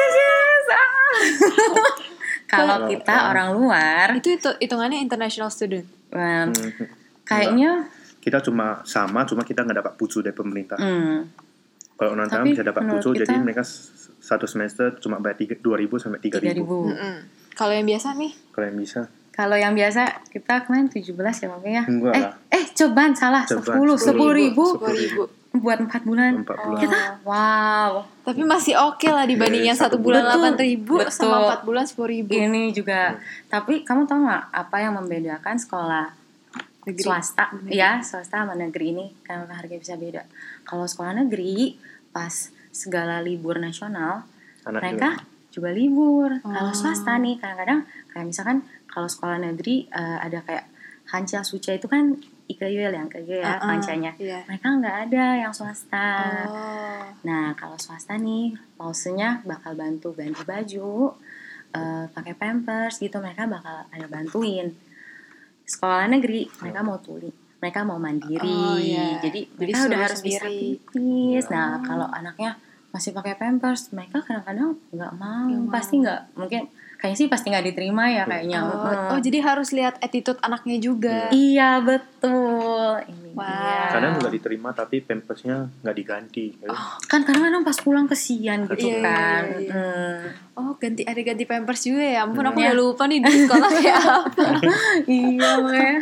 Kalau kita orang luar, Itu hitungannya international student. kayaknya Kita cuma kita nggak dapat pucu dari pemerintah. Kalau orang Taiwan Tapi bisa dapat menurut pucu, kita- jadi mereka satu semester cuma bayar 2.000 sampai 3.000. 3.000. Kalau yang biasa nih, Kalau yang bisa Kalau yang biasa kita kemarin 17 ya makanya. Enggak lah. Cobaan salah. Cobaan, 10 ribu 10.000. buat 4 bulan. 4 bulan. Kita wow. Tapi masih oke lah dibanding yang 1 bulan Betul. 8.000 sama 4 bulan 10.000. Ini juga. Tapi kamu tahu nggak apa yang membedakan sekolah Negeri. swasta? Ya, swasta sama negeri ini karena harga bisa beda. Kalau sekolah negeri pas segala libur nasional, Anak mereka juga libur. Kalau swasta nih kadang-kadang kayak misalkan kalau sekolah negeri ada kayak Hancha Suca itu kan IKJ yang kerja ya pancanya. Iya. Mereka nggak ada yang swasta. Oh. Nah kalau swasta nih pausenya bakal bantu ganti baju, pakai pampers gitu, mereka bakal ada bantuin. Sekolah negeri mereka mau tuli, mereka mau mandiri, jadi mereka suruh udah harus bisa sendiri. pipis. Nah kalau anaknya masih pakai pampers, mereka kadang-kadang nggak mau, pasti nggak, mungkin kayaknya sih pasti nggak diterima ya kayaknya. Oh, jadi harus lihat attitude anaknya juga. Iya betul. Ini Wow. dia. Kadang nggak diterima tapi pampersnya nggak diganti. Kan kadang-kadang pas pulang kesian gitu Iya, kan. iya. Oh, ganti pampers juga ya. Ampun, aku Iya. udah lupa nih di sekolah kayak apa. Iya makanya.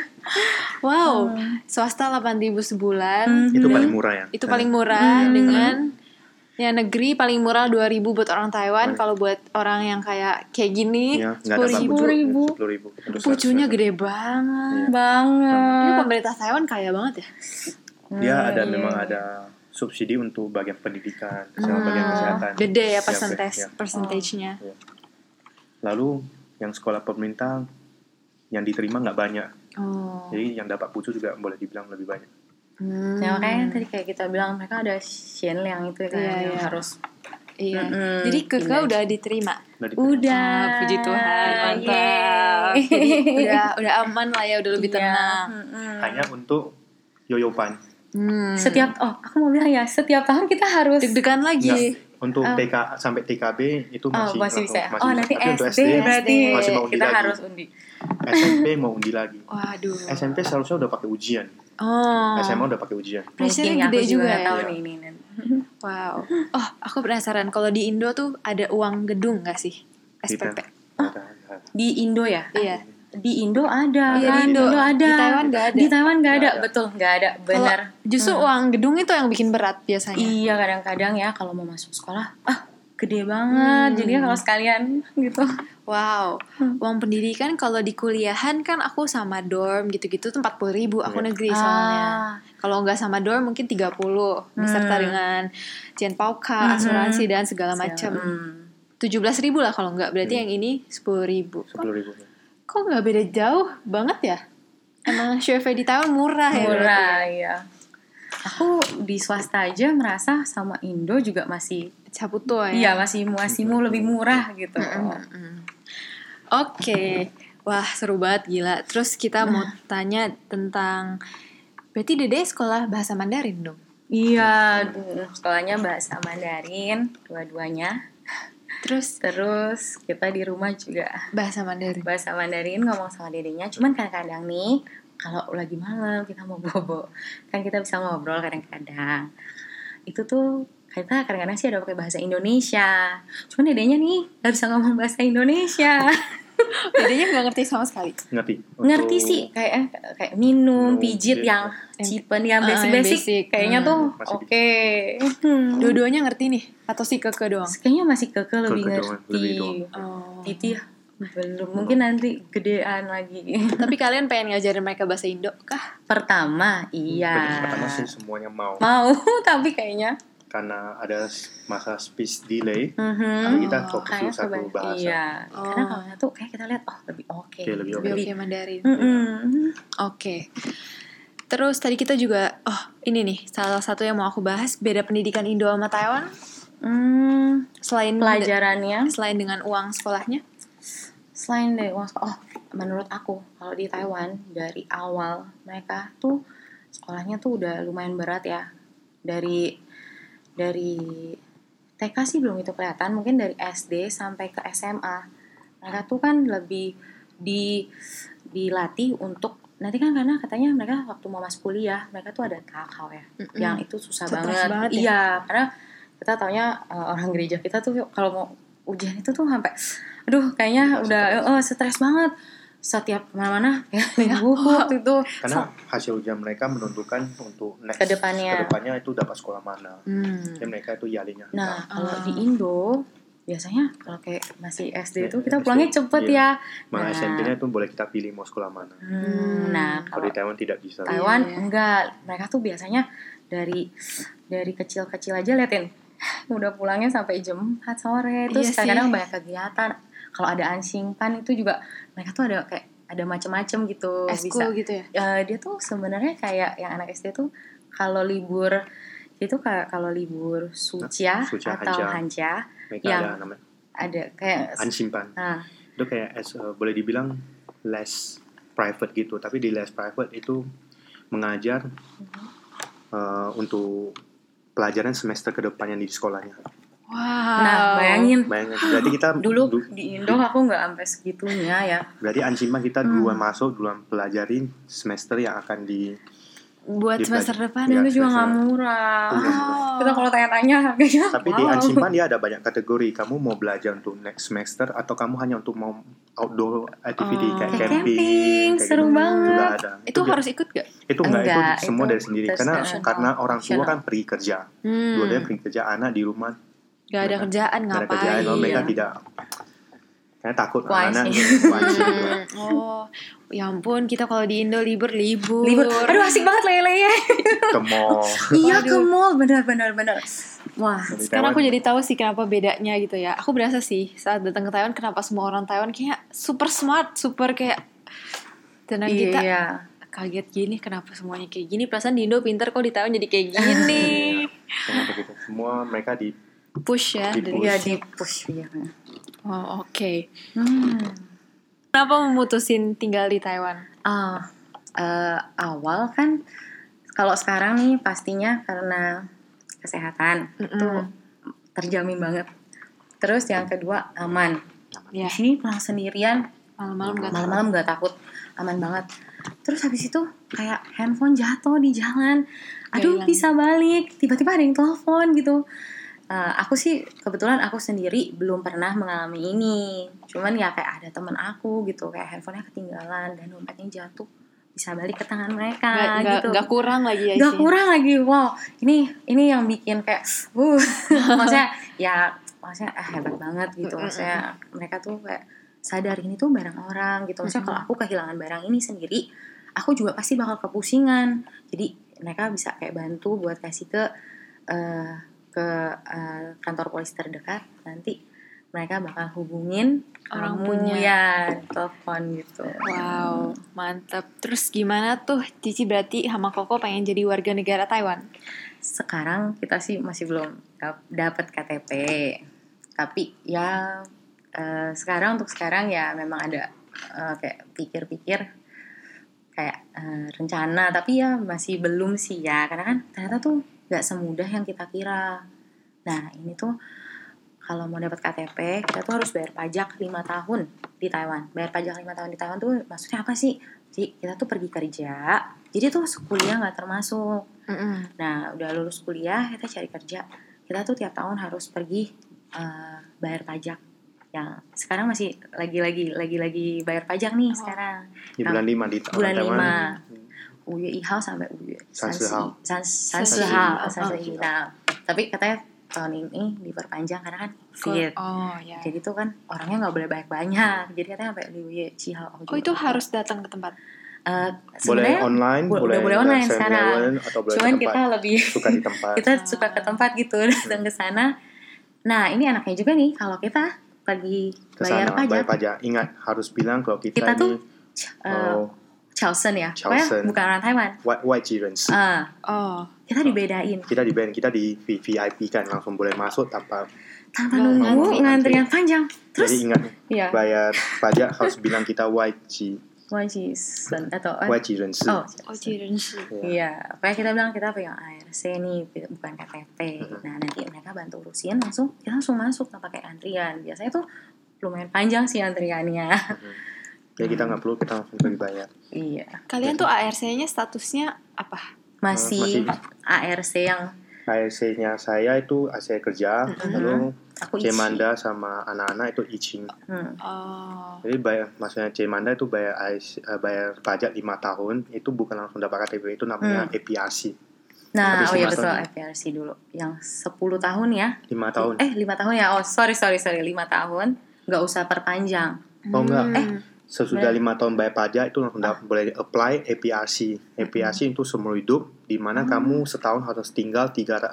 Wow, swasta 8.000 sebulan. Itu paling murah ya. Itu paling murah dengan ya negeri paling murah 2.000 buat orang Taiwan. Kalau buat orang yang kayak gini Ya, nggak ada 10.000. 10.000. pucunya gede banget. Banget. Ini pemerintah Taiwan kaya banget ya. Dia memang ada subsidi untuk bagian pendidikan sama bagian kesehatan. Beda ya Ya. persentasenya. Ya. Lalu yang sekolah pemerintah yang diterima nggak banyak. Oh. Jadi yang dapat pucu juga boleh dibilang lebih banyak. Ya makanya tadi kayak kita bilang mereka ada Shen yang itu kan yang harus Iya. Jadi Keke udah diterima. udah Puji Tuhan, mantap. Yeay. Jadi udah aman lah ya, udah lebih tenang. Hanya untuk yoyopan. Setiap aku mau bilang ya setiap tahun kita harus Deg-degan lagi. Nggak, untuk TK sampai TKB itu masih bisa. masih bisa. Nanti Tapi untuk SD berarti masih mau undi kita lagi. harus undi. SMP mau undi lagi. Waduh. SMP seharusnya udah pakai ujian. Oh. SMA udah pakai ujian. Pressure-nya gede juga ya. Tahu nih ini. Wow. Oh, aku penasaran kalau di Indo tuh ada uang gedung nggak sih? SPP. Ada. Di Indo ya? Iya. Di Indo ada. Iya, kan? di Indo. ada. Di Taiwan nggak ada. Di Taiwan nggak ada. Nggak ada. Betul nggak ada. Benar. Justru uang gedung itu yang bikin berat biasanya. Iya kadang-kadang ya kalau mau masuk sekolah gede banget. Jadi kalau sekalian gitu. Wow, uang pendidikan kalau di kuliahan kan aku sama dorm gitu-gitu tuh 40.000. Aku negeri soalnya. Kalau nggak sama dorm mungkin 30 beserta dengan Jen Pauka, asuransi dan segala macam. 17.000 lah kalau nggak. Berarti yang ini 10.000. 10.000. Kok nggak beda jauh banget ya? Emang survei di Taiwan murah ya? Murah ya. Aku di swasta aja merasa sama Indo juga masih Caputo ya? iya masih lebih murah gitu. Oke. Wah, seru banget, gila. Terus kita mau tanya tentang, berarti Dede sekolah bahasa Mandarin dong? Iya, sekolahnya bahasa Mandarin dua-duanya. Terus kita di rumah juga bahasa Mandarin. bahasa Mandarin ngomong sama dedenya. Cuman kadang-kadang nih kalau lagi malam kita mau bobo, kan kita bisa ngobrol kadang-kadang. Itu tuh kita kadang-kadang sih ada pakai bahasa Indonesia. Cuman dedenya nih nggak bisa ngomong bahasa Indonesia. Dedenya nggak ngerti sama sekali. Ngerti sih kayak minum, pijit yang cipen yang basic. Kayaknya tuh oke. Dua-duanya ngerti nih atau si Keke doang? Kayaknya masih Keke lebih Keke doang, ngerti. lebih doang. Titi belum, mungkin nanti gedean lagi. Tapi kalian pengen ngajarin mereka bahasa Indo kah? Pertama iya. Pertama sih semuanya mau. Tapi kayaknya Karena ada masa speech delay, jadi kita fokus dulu satu bahasa. Iya. Karena kalau satu kayak kita lihat lebih oke. Lebih Lebih oke Mandarin. Oke. Terus tadi kita juga, ini nih salah satu yang mau aku bahas, beda pendidikan Indo sama Taiwan. Selain Pelajarannya, selain dengan uang sekolahnya. selain dari uang sekolah, menurut aku kalau di Taiwan dari awal mereka tuh sekolahnya tuh udah lumayan berat ya. Dari TK sih belum itu kelihatan, mungkin dari SD sampai ke SMA mereka tuh kan lebih dilatih untuk nanti kan, karena katanya mereka waktu mau masuk kuliah mereka tuh ada kakao ya, yang itu susah banget ya? Iya, karena kita taunya orang gereja kita tuh kalau mau ujian itu tuh sampai kayaknya udah stres banget setiap kemana-mana ya buku waktu itu. Karena hasil ujian mereka menentukan untuk next Kedepannya. itu dapat sekolah mana. Jadi mereka itu yalinya. Nah kalau di Indo biasanya kalau kayak masih SD itu kita SD, pulangnya cepet iya. ya. Malah SMP-nya itu boleh kita pilih mau sekolah mana. Nah Kalau kalau di Taiwan tidak bisa. Taiwan Iya. enggak, mereka tuh biasanya dari kecil-kecil aja liatin udah pulangnya sampai jam 4 sore. Terus Iya sih. kadang-kadang banyak kegiatan. Kalau ada ansingpan itu juga mereka tuh ada kayak ada macam-macam gitu. Eskul gitu ya. Dia tuh sebenarnya kayak yang anak SD tuh kalau libur itu kayak kalau libur Sucia Sucia, atau Hanja Mereka yang ada namanya ada kayak ansimpan. nah Itu kayak boleh dibilang les private gitu. Tapi di les private itu mengajar untuk pelajaran semester kedepannya di sekolahnya. Wow. nah bayangin Bayangin, berarti kita dulu di Indo aku nggak sampai segitunya ya. berarti ansimpan kita duluan masuk, duluan pelajarin semester yang akan buat semester depan Itu Iya, juga nggak semester. murah. Itu nggak murah. Kita kalau tanya-tanya harganya. Tapi di ansimpan dia ada banyak kategori. Kamu mau belajar untuk next semester atau kamu hanya untuk mau outdoor activity kayak Kayak camping, camping, kayak seru gitu. banget. Juga ada. Itu harus ikut gak? Itu enggak, Enggak, itu semua itu dari sendiri karena orang tua optional. kan pergi kerja. Dua-duanya pergi kerja, anak di rumah Gak ada kerjaan nggak ada ngapain? kerjaan. Kalau mereka Iya. tidak, karena takut Kuansi. anak kuansi gitu. Oh, ya ampun, kita kalau di Indo libur. Libur. Aduh asik banget lele-lele. Ke mall. Iya ke Waduh. mall benar. Wah, Dari Sekarang aku Taiwan, jadi tahu sih kenapa bedanya gitu ya. Aku berasa sih saat datang ke Taiwan kenapa semua orang Taiwan kayak super smart, super kayak tenang kita iya. kaget gini kenapa semuanya kayak gini. Perasaan di Indo pinter kok di Taiwan jadi kayak gini. Karena begitu. Semua mereka di Push ya. Di dari- Iya di push ya. Oh, oke. Kenapa memutusin tinggal di Taiwan? Awal kan kalau sekarang nih pastinya karena kesehatan itu terjamin banget. Terus yang kedua aman. Ya, Di sini pulang sendirian malam-malam gak malam-malam nggak takut, aman banget. Terus habis itu kayak handphone jatuh di jalan, aduh hilang. bisa balik, tiba-tiba ada yang telepon gitu. Aku sih kebetulan aku sendiri belum pernah mengalami ini, cuman ya kayak ada teman aku gitu kayak handphonenya ketinggalan dan dompetnya jatuh, bisa balik ke tangan mereka gitu. Gak kurang lagi ya Gak sih. kurang lagi, wow ini yang bikin kayak maksudnya hebat banget gitu. Maksudnya mereka tuh kayak sadar ini tuh barang orang gitu. Maksudnya kalau aku kehilangan barang ini sendiri, aku juga pasti bakal kepusingan. Jadi mereka bisa kayak bantu buat kasih ke kantor polisi terdekat. Nanti mereka bakal hubungin Orang kamu punya. ya, telepon gitu. Wow, mantap. Terus gimana tuh Cici berarti sama Koko pengen jadi warga negara Taiwan? Sekarang kita sih masih belum dapat KTP, tapi ya untuk sekarang ya memang ada kayak pikir-pikir kayak rencana, tapi ya masih belum sih ya, karena kan ternyata tuh gak semudah yang kita kira. Nah ini tuh kalau mau dapat KTP kita tuh harus bayar pajak 5 tahun di Taiwan. Bayar pajak 5 tahun di Taiwan tuh maksudnya apa sih? Jadi kita tuh pergi kerja, jadi tuh kuliah gak termasuk. Nah udah lulus kuliah kita cari kerja, kita tuh tiap tahun harus pergi bayar pajak. Yang sekarang masih lagi bayar pajak nih sekarang. di bulan 5 di Bulan Taiwan. 5 Uye Ihao sampai Uye Sansihao. Sansihao. Nah, tapi katanya tahun ini diperpanjang karena kan COVID. Oh ya. Jadi tuh kan orangnya nggak boleh banyak. Jadi katanya sampai di Uye Ihao. Oh itu harus datang ke tempat. Boleh sebenarnya online, udah boleh online 7-Eleven, sekarang. atau boleh Cuman ke tempat. kita lebih Suka di tempat. kita suka ke tempat gitu, datang ke sana. Nah ini enaknya juga nih kalau kita pergi bayar Kesana, bayar pajak. pajak. Ingat harus bilang kalau kita Kita ini tuh Chalsen ya, pokoknya Chalsen. bukan orang Taiwan. white childrens. Oh. Kita dibedain Kita di band, kita di VIP kan, langsung boleh masuk tanpa. tanpa Nggak nunggu ngantri. ngantrian panjang. Terus Jadi ingat ya, bayar pajak harus bilang kita white Wajisen atau childrens. oh Cirensi. iya, pokoknya kita bilang kita pegang ARC nih, bukan KTP. Nah nanti mereka bantu urusin, kita langsung masuk tanpa kayak antrian. Biasanya tuh lumayan panjang sih antriannya. Jadi kita nggak perlu, kita langsung pergi bayar. Iya, Kalian tuh ARC-nya statusnya apa? masih Masih. ARC yang ASC-nya saya itu ASC kerja, lalu Aku isi. Cemanda sama anak-anak itu Icing. Oh. Jadi maksudnya Cemanda itu bayar pajak 5 tahun, itu bukan langsung dapat KTP, itu namanya APRC. Nah, Habis oh iya 5 betul, tahun. APRC dulu. Yang 10 tahun ya. 5 tahun. 5 tahun ya. Oh, sorry 5 tahun. Nggak usah perpanjang. Oh enggak. Sesudah 5 tahun bayar pajak itu langsung boleh apply APRC. APRC itu seumur hidup, di mana kamu setahun harus tinggal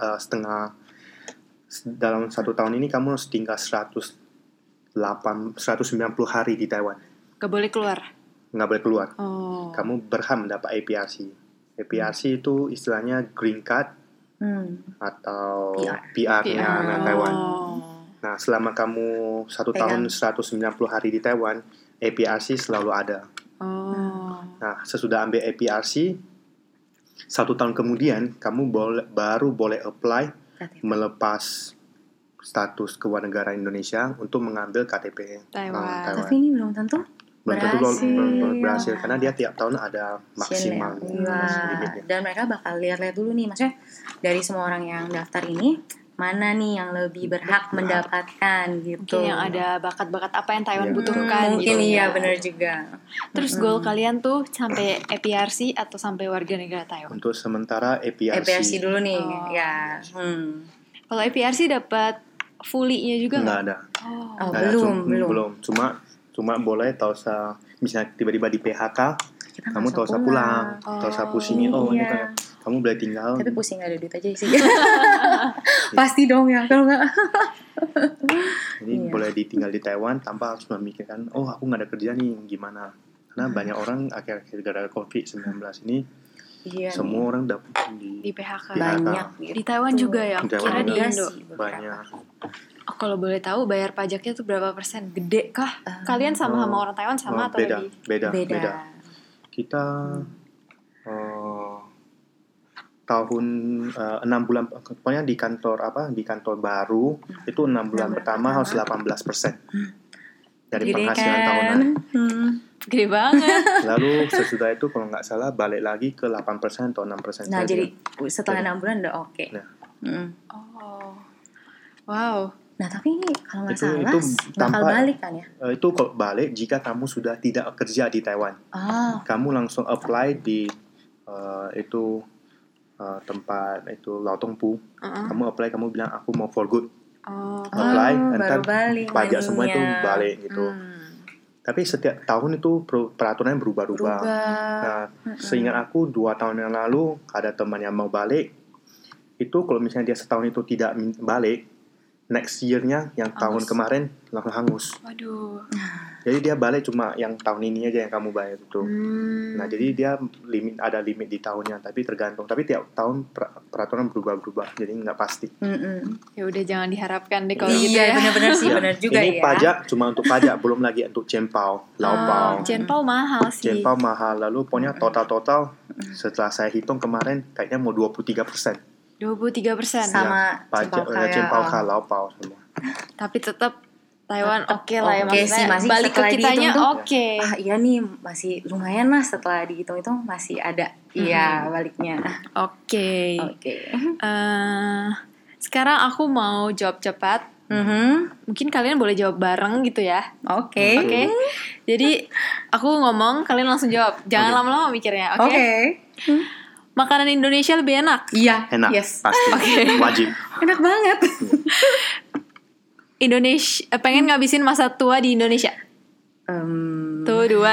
dalam 1 tahun ini kamu harus tinggal 190 hari di Taiwan. Gak boleh keluar. Nggak boleh keluar. Oh. Kamu berhak mendapat APRC. APRC itu istilahnya green card atau PR-nya Taiwan. Nah, selama kamu 1 tahun 190 hari di Taiwan, APRC selalu ada. Oh. Nah, sesudah ambil APRC, 1 tahun kemudian kamu baru boleh apply melepas status kewarganegaraan Indonesia untuk mengambil KTP Taiwan. Tapi ini belum tentu belum tentu berhasil karena dia tiap tahun ada maksimal limitnya. Dan mereka bakal lihat-lihat dulu nih, maksudnya dari semua orang yang daftar ini mana nih yang lebih berhak mendapatkan gitu. Mungkin yang ada bakat-bakat apa yang Taiwan butuhkan. Mungkin gitu. iya benar juga. Terus goal kalian tuh sampai APRC atau sampai warga negara Taiwan? Untuk sementara APRC. APRC dulu nih, Oh. ya. Kalau APRC dapat fully-nya juga Nggak ada. Oh, Nggak ada. belum. Cuma boleh misalnya tiba-tiba di PHK, Kita kamu nggak tak usah pulang, tak usah pusingin. Oh, ini iya. kan kamu boleh tinggal. Tapi pusing gak ada duit aja sih. Pasti dong ya, kalau nggak. Jadi boleh ditinggal di Taiwan tanpa harus memikirkan, oh aku nggak ada kerja nih, gimana? Karena banyak orang akhir-akhir gara-gara COVID-19 ini, Iya. semua orang dapat di PHK. Banyak. Di Taiwan juga ya? Di Taiwan Kira di juga. Indo. banyak. Oh, kalau boleh tahu bayar pajaknya tuh berapa persen? Gede kah? Kalian sama orang Taiwan sama atau beda, lebih? beda. Kita tahun 6 bulan, pokoknya di kantor baru itu 6 bulan pertama harus 18% dari Gede penghasilan kan? tahunan. Gede banget. Lalu sesudah itu kalau nggak salah balik lagi ke 8% atau 6%. Nah, saja. jadi setelah 6 bulan udah oke. Nah. Oh. Wow. Nah, tapi ini kalau nggak Itu salah bakal balik kan ya? Itu kok balik jika kamu sudah tidak kerja di Taiwan. Oh, Kamu langsung apply di tempat itu Laotongpu. Kamu apply, kamu bilang aku mau for good. Oh. Apply, baru ntar balik pajak semua itu maninya. balik gitu. Tapi setiap tahun itu peraturannya berubah-ubah. Nah, seingat aku 2 tahun yang lalu ada teman yang mau balik. Itu kalau misalnya dia setahun itu tidak balik, next year-nya yang tahun kemarin langsung hangus. Waduh. Jadi dia balik cuma yang tahun ini aja yang kamu bayar itu. Nah, jadi dia ada limit di tahunnya, tapi tergantung. Tapi tiap tahun peraturan berubah-ubah, jadi nggak pasti. Ya udah jangan diharapkan deh kalau gitu Iya, ya. benar-benar sih, Ya, benar juga ini ya. pajak cuma untuk pajak, belum lagi untuk Cempao, Laopao. Cempao mahal sih. Cempao mahal, lalu pokoknya total setelah saya hitung kemarin kayaknya mau 23%. 23%. Sama Pajak Cempao Cempao Ka Laopao semua. Tapi tetap Taiwan oke lah ya, oke maksudnya sih, masih balik ke setelah kitanya dihitung tuh, oke. Ah iya nih masih lumayan lah, setelah dihitung-hitung masih ada. Iya, baliknya. Oke. Oke. Sekarang aku mau jawab cepat. Mungkin kalian boleh jawab bareng gitu ya. Oke. Oke. Jadi aku ngomong, kalian langsung jawab. Jangan lama-lama mikirnya, oke? Oke. Makanan Indonesia lebih enak. Iya. Enak, Yes. pasti, wajib. Enak banget. Indonesia pengen ngabisin masa tua di Indonesia. Tuh 2,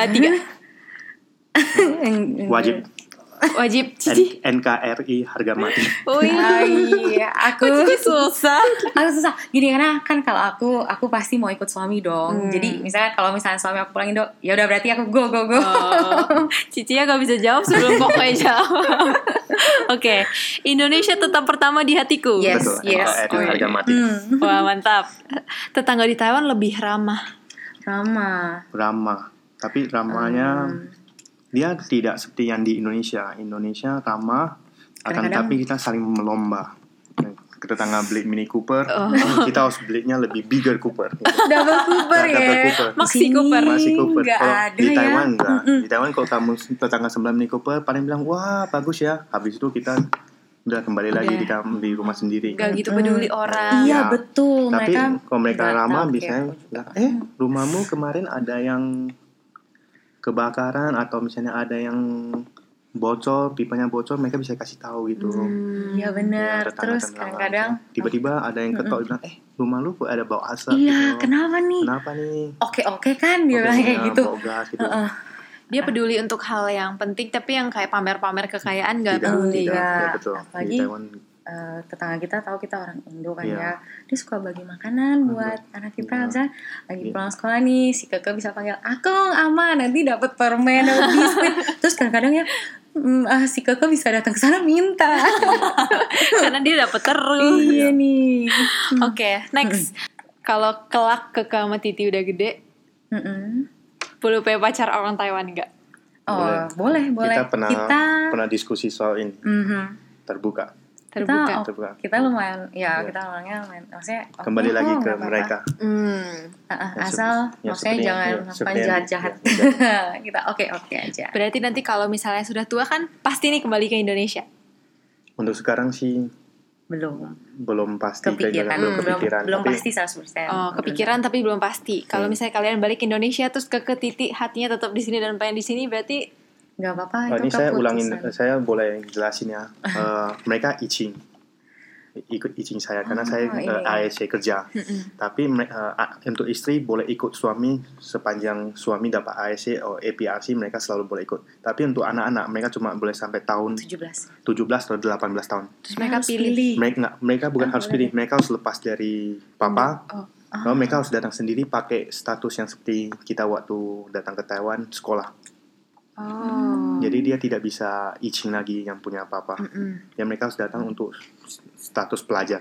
3. Wajib. Wajib Cici. NKRI harga mati. Oh iya. Iya, aku Cici susah. aku susah gini karena kan kalau aku pasti mau ikut suami dong. Jadi misalnya kalau misalnya suami aku pulang Indo, ya udah berarti aku go. Oh, Cici ya gak bisa jawab sebelum pokoknya jawab. Oke, Indonesia tetap pertama di hatiku. Yes. Betul, NKRI harga mati. Wah mantap. Tetangga di Taiwan lebih ramah. Ramah, tapi ramahnya dia tidak seperti yang di Indonesia. Indonesia ramah, akan tapi kita saling melomba. Tetangga beli Mini Cooper, kita harus belinya lebih bigger Cooper. Gitu. Double Cooper ya. Double Cooper. Maxi Cooper. Masih Cooper. Nggak Kalau ada di Taiwan ya. enggak. Di Taiwan kalau kamu tetangga sebelah Mini Cooper paling bilang wah bagus ya. Habis itu kita udah kembali lagi di rumah sendiri. Gak gitu peduli orang. Iya, betul. Tapi kalau mereka nggak lama tahu biasanya bilang, rumahmu kemarin ada yang kebakaran atau misalnya ada yang bocor, pipanya bocor, mereka bisa kasih tahu gitu. Iya benar. Ya, Terus tetangga-tetangga kadang-kadang tiba-tiba ada yang ketok bilang, rumah lu kok ada bau asap iya, gitu. kenapa nih? Oke kan dia bilang kayak gitu. Bau gas gitu. Dia peduli untuk hal yang penting, tapi yang kayak pamer-pamer kekayaan gak peduli. Ya, betul. Apalagi Di Taiwan tetangga kita tahu kita orang Indo kan ya, dia suka bagi makanan buat anak kita. Misalnya lagi pulang sekolah nih, si Keke bisa panggil Akong, aman, nanti dapat permen, dapat biskuit. Terus kadang-kadang ya si Keke bisa datang ke sana minta karena dia dapat terus. Iya nih. Oke, next. Kalau kelak Keke sama Titi udah gede, perlu punya pacar orang Taiwan gak? Oh, boleh. Kita pernah diskusi soal ini. Terbuka. Kita lumayan kita orangnya maksudnya kembali lagi ke mereka. Asal maksudnya jangan jahat-jahat. Kita oke aja. Berarti nanti kalau misalnya sudah tua kan pasti nih kembali ke Indonesia. Untuk sekarang sih belum pasti. Belum pasti 100%. Kepikiran tapi belum pasti. Kalau misalnya kalian balik ke Indonesia terus ke Titi hatinya tetap di sini dan pengen di sini, berarti nggak apa-apa. Ini saya ulangin, saya boleh jelasin ya. Mereka ikut izin saya karena saya ASC kerja. Tapi untuk istri boleh ikut suami sepanjang suami dapat ASC atau APRC, mereka selalu boleh ikut. Tapi untuk anak-anak mereka cuma boleh sampai tahun 17 atau 18 tahun. Terus mereka pilih. Mereka bukan harus pilih, mereka harus lepas dari papa. Lalu mereka harus datang sendiri pakai status yang seperti kita waktu datang ke Taiwan sekolah. Jadi dia tidak bisa izin lagi yang punya apa-apa. Ya mereka harus datang untuk status pelajar.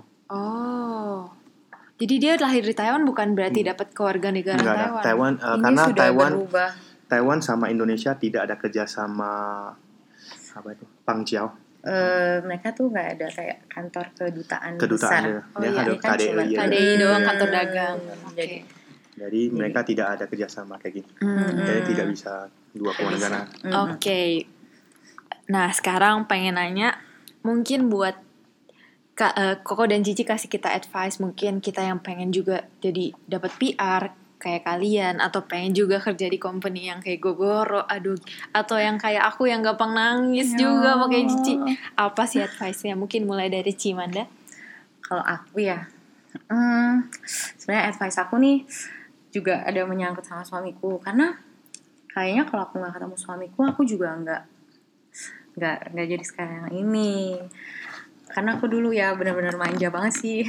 Jadi dia lahir di Taiwan bukan berarti dapat kewarganegaraan Taiwan. Taiwan karena Taiwan sama Indonesia tidak ada kerjasama Pangjiao. Mereka tuh nggak ada kayak kantor kedutaan besar. Dia ada KDI doang, kantor dagang. Jadi mereka tidak ada kerjasama kayak gini. Jadi tidak bisa dua kewarganegaraan. Oke. Nah sekarang pengen nanya, mungkin buat Koko dan Cici kasih kita advice, mungkin kita yang pengen juga jadi dapat PR kayak kalian, atau pengen juga kerja di company yang kayak Gogoro, atau yang kayak aku yang gampang nangis juga pakai Cici. Apa sih advice-nya? Mungkin mulai dari Cimanda. Kalau aku ya, sebenarnya advice aku nih juga ada menyangkut sama suamiku, karena kayaknya kalau aku nggak ketemu suamiku, aku juga nggak jadi sekarang ini. Karena aku dulu ya benar-benar manja banget sih.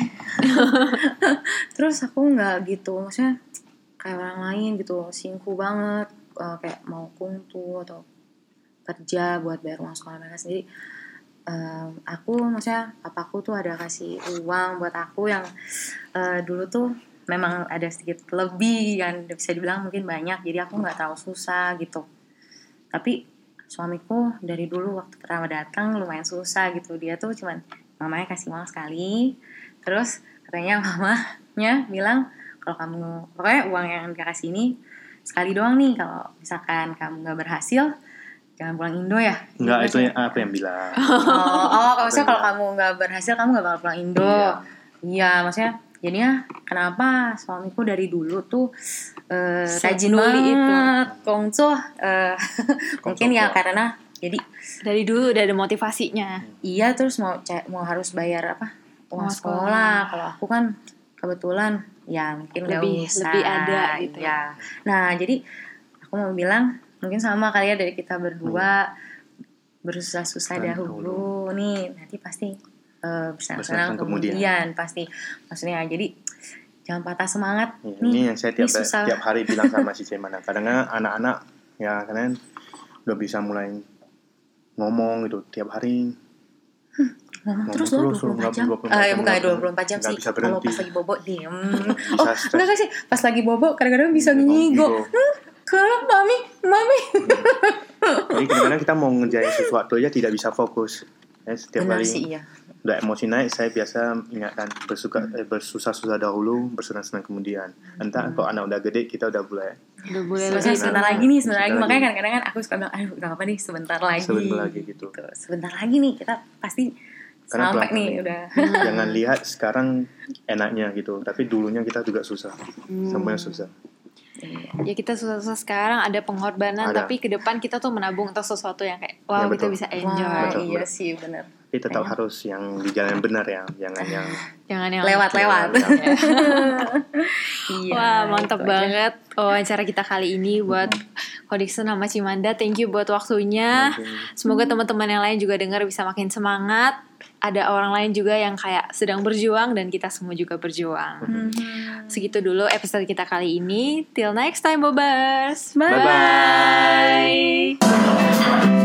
Terus aku nggak gitu, maksudnya kayak orang lain gitu, singku banget, kayak mau kungfu atau kerja buat bayar uang sekolah mereka sendiri. Aku maksudnya papaku tuh ada kasih uang buat aku yang dulu tuh memang ada sedikit lebih, yang bisa dibilang mungkin banyak, jadi aku nggak tahu susah gitu. Tapi suamiku dari dulu waktu pertama datang lumayan susah gitu. Dia tuh cuman mamanya kasih uang sekali, terus katanya mamanya bilang kalau kamu pokoknya uang yang dia kasih ini sekali doang nih, kalau misalkan kamu nggak berhasil jangan pulang Indo ya. Enggak, itu apa yang bilang. Maksudnya kalau kamu nggak berhasil kamu nggak bakal pulang Indo. Iya, maksudnya jadinya kenapa suamiku dari dulu tuh rajin banget kongco, mungkin ya karena jadi dari dulu udah ada motivasinya. Iya, terus mau harus bayar uang sekolah. Kalau aku kan kebetulan ya mungkin lebih ada gitu ya. Nah jadi aku mau bilang mungkin sama kali ya, dari kita berdua bersusah-susah dahulu nih, nanti pasti bersenang-senang kemudian pasti. Maksudnya jadi jangan patah semangat. Ini yang saya tiap hari bilang sama si Cemana. Kadang-kadang anak-anak ya kadang udah bisa mulai ngomong gitu tiap hari. Ngomong terus 24 jam. Bukan 24 jam sih. Kalau pas lagi bobo diem. Enggak sih. Pas lagi bobo kadang-kadang bisa ngigo. Mami. Jadi kadang-kadang kita mau ngerjain sesuatu aja tidak bisa fokus. Setiap benar kali. Sih, iya. udah emosi naik, saya biasa ingatkan bersusah-susah dahulu, bersenang-senang kemudian. Entah kalau anak udah gede, kita udah mulai sebentar lagi nih, makanya kadang-kadang kan aku suka bilang, aduh udah apa nih, sebentar lagi gitu. Sebentar lagi nih kita pasti Karena sampai nih udah. Jangan lihat sekarang enaknya gitu, tapi dulunya kita juga susah, semuanya susah. Ya kita susah-susah sekarang ada pengorbanan, tapi ke depan kita tuh menabung untuk sesuatu yang kayak wow, kita bisa enjoy. Betul. Iya sih benar. Tapi tetap harus yang di jalan benar ya, jangan yang lewat-lewat. Iya, wah mantap banget wawancara kita kali ini buat Ko Dixon sama Cimanda. Thank you buat waktunya. Semoga teman-teman yang lain juga dengar bisa makin semangat. Ada orang lain juga yang kayak sedang berjuang dan kita semua juga berjuang. Segitu dulu episode kita kali ini. Till next time, Bobers. Bye.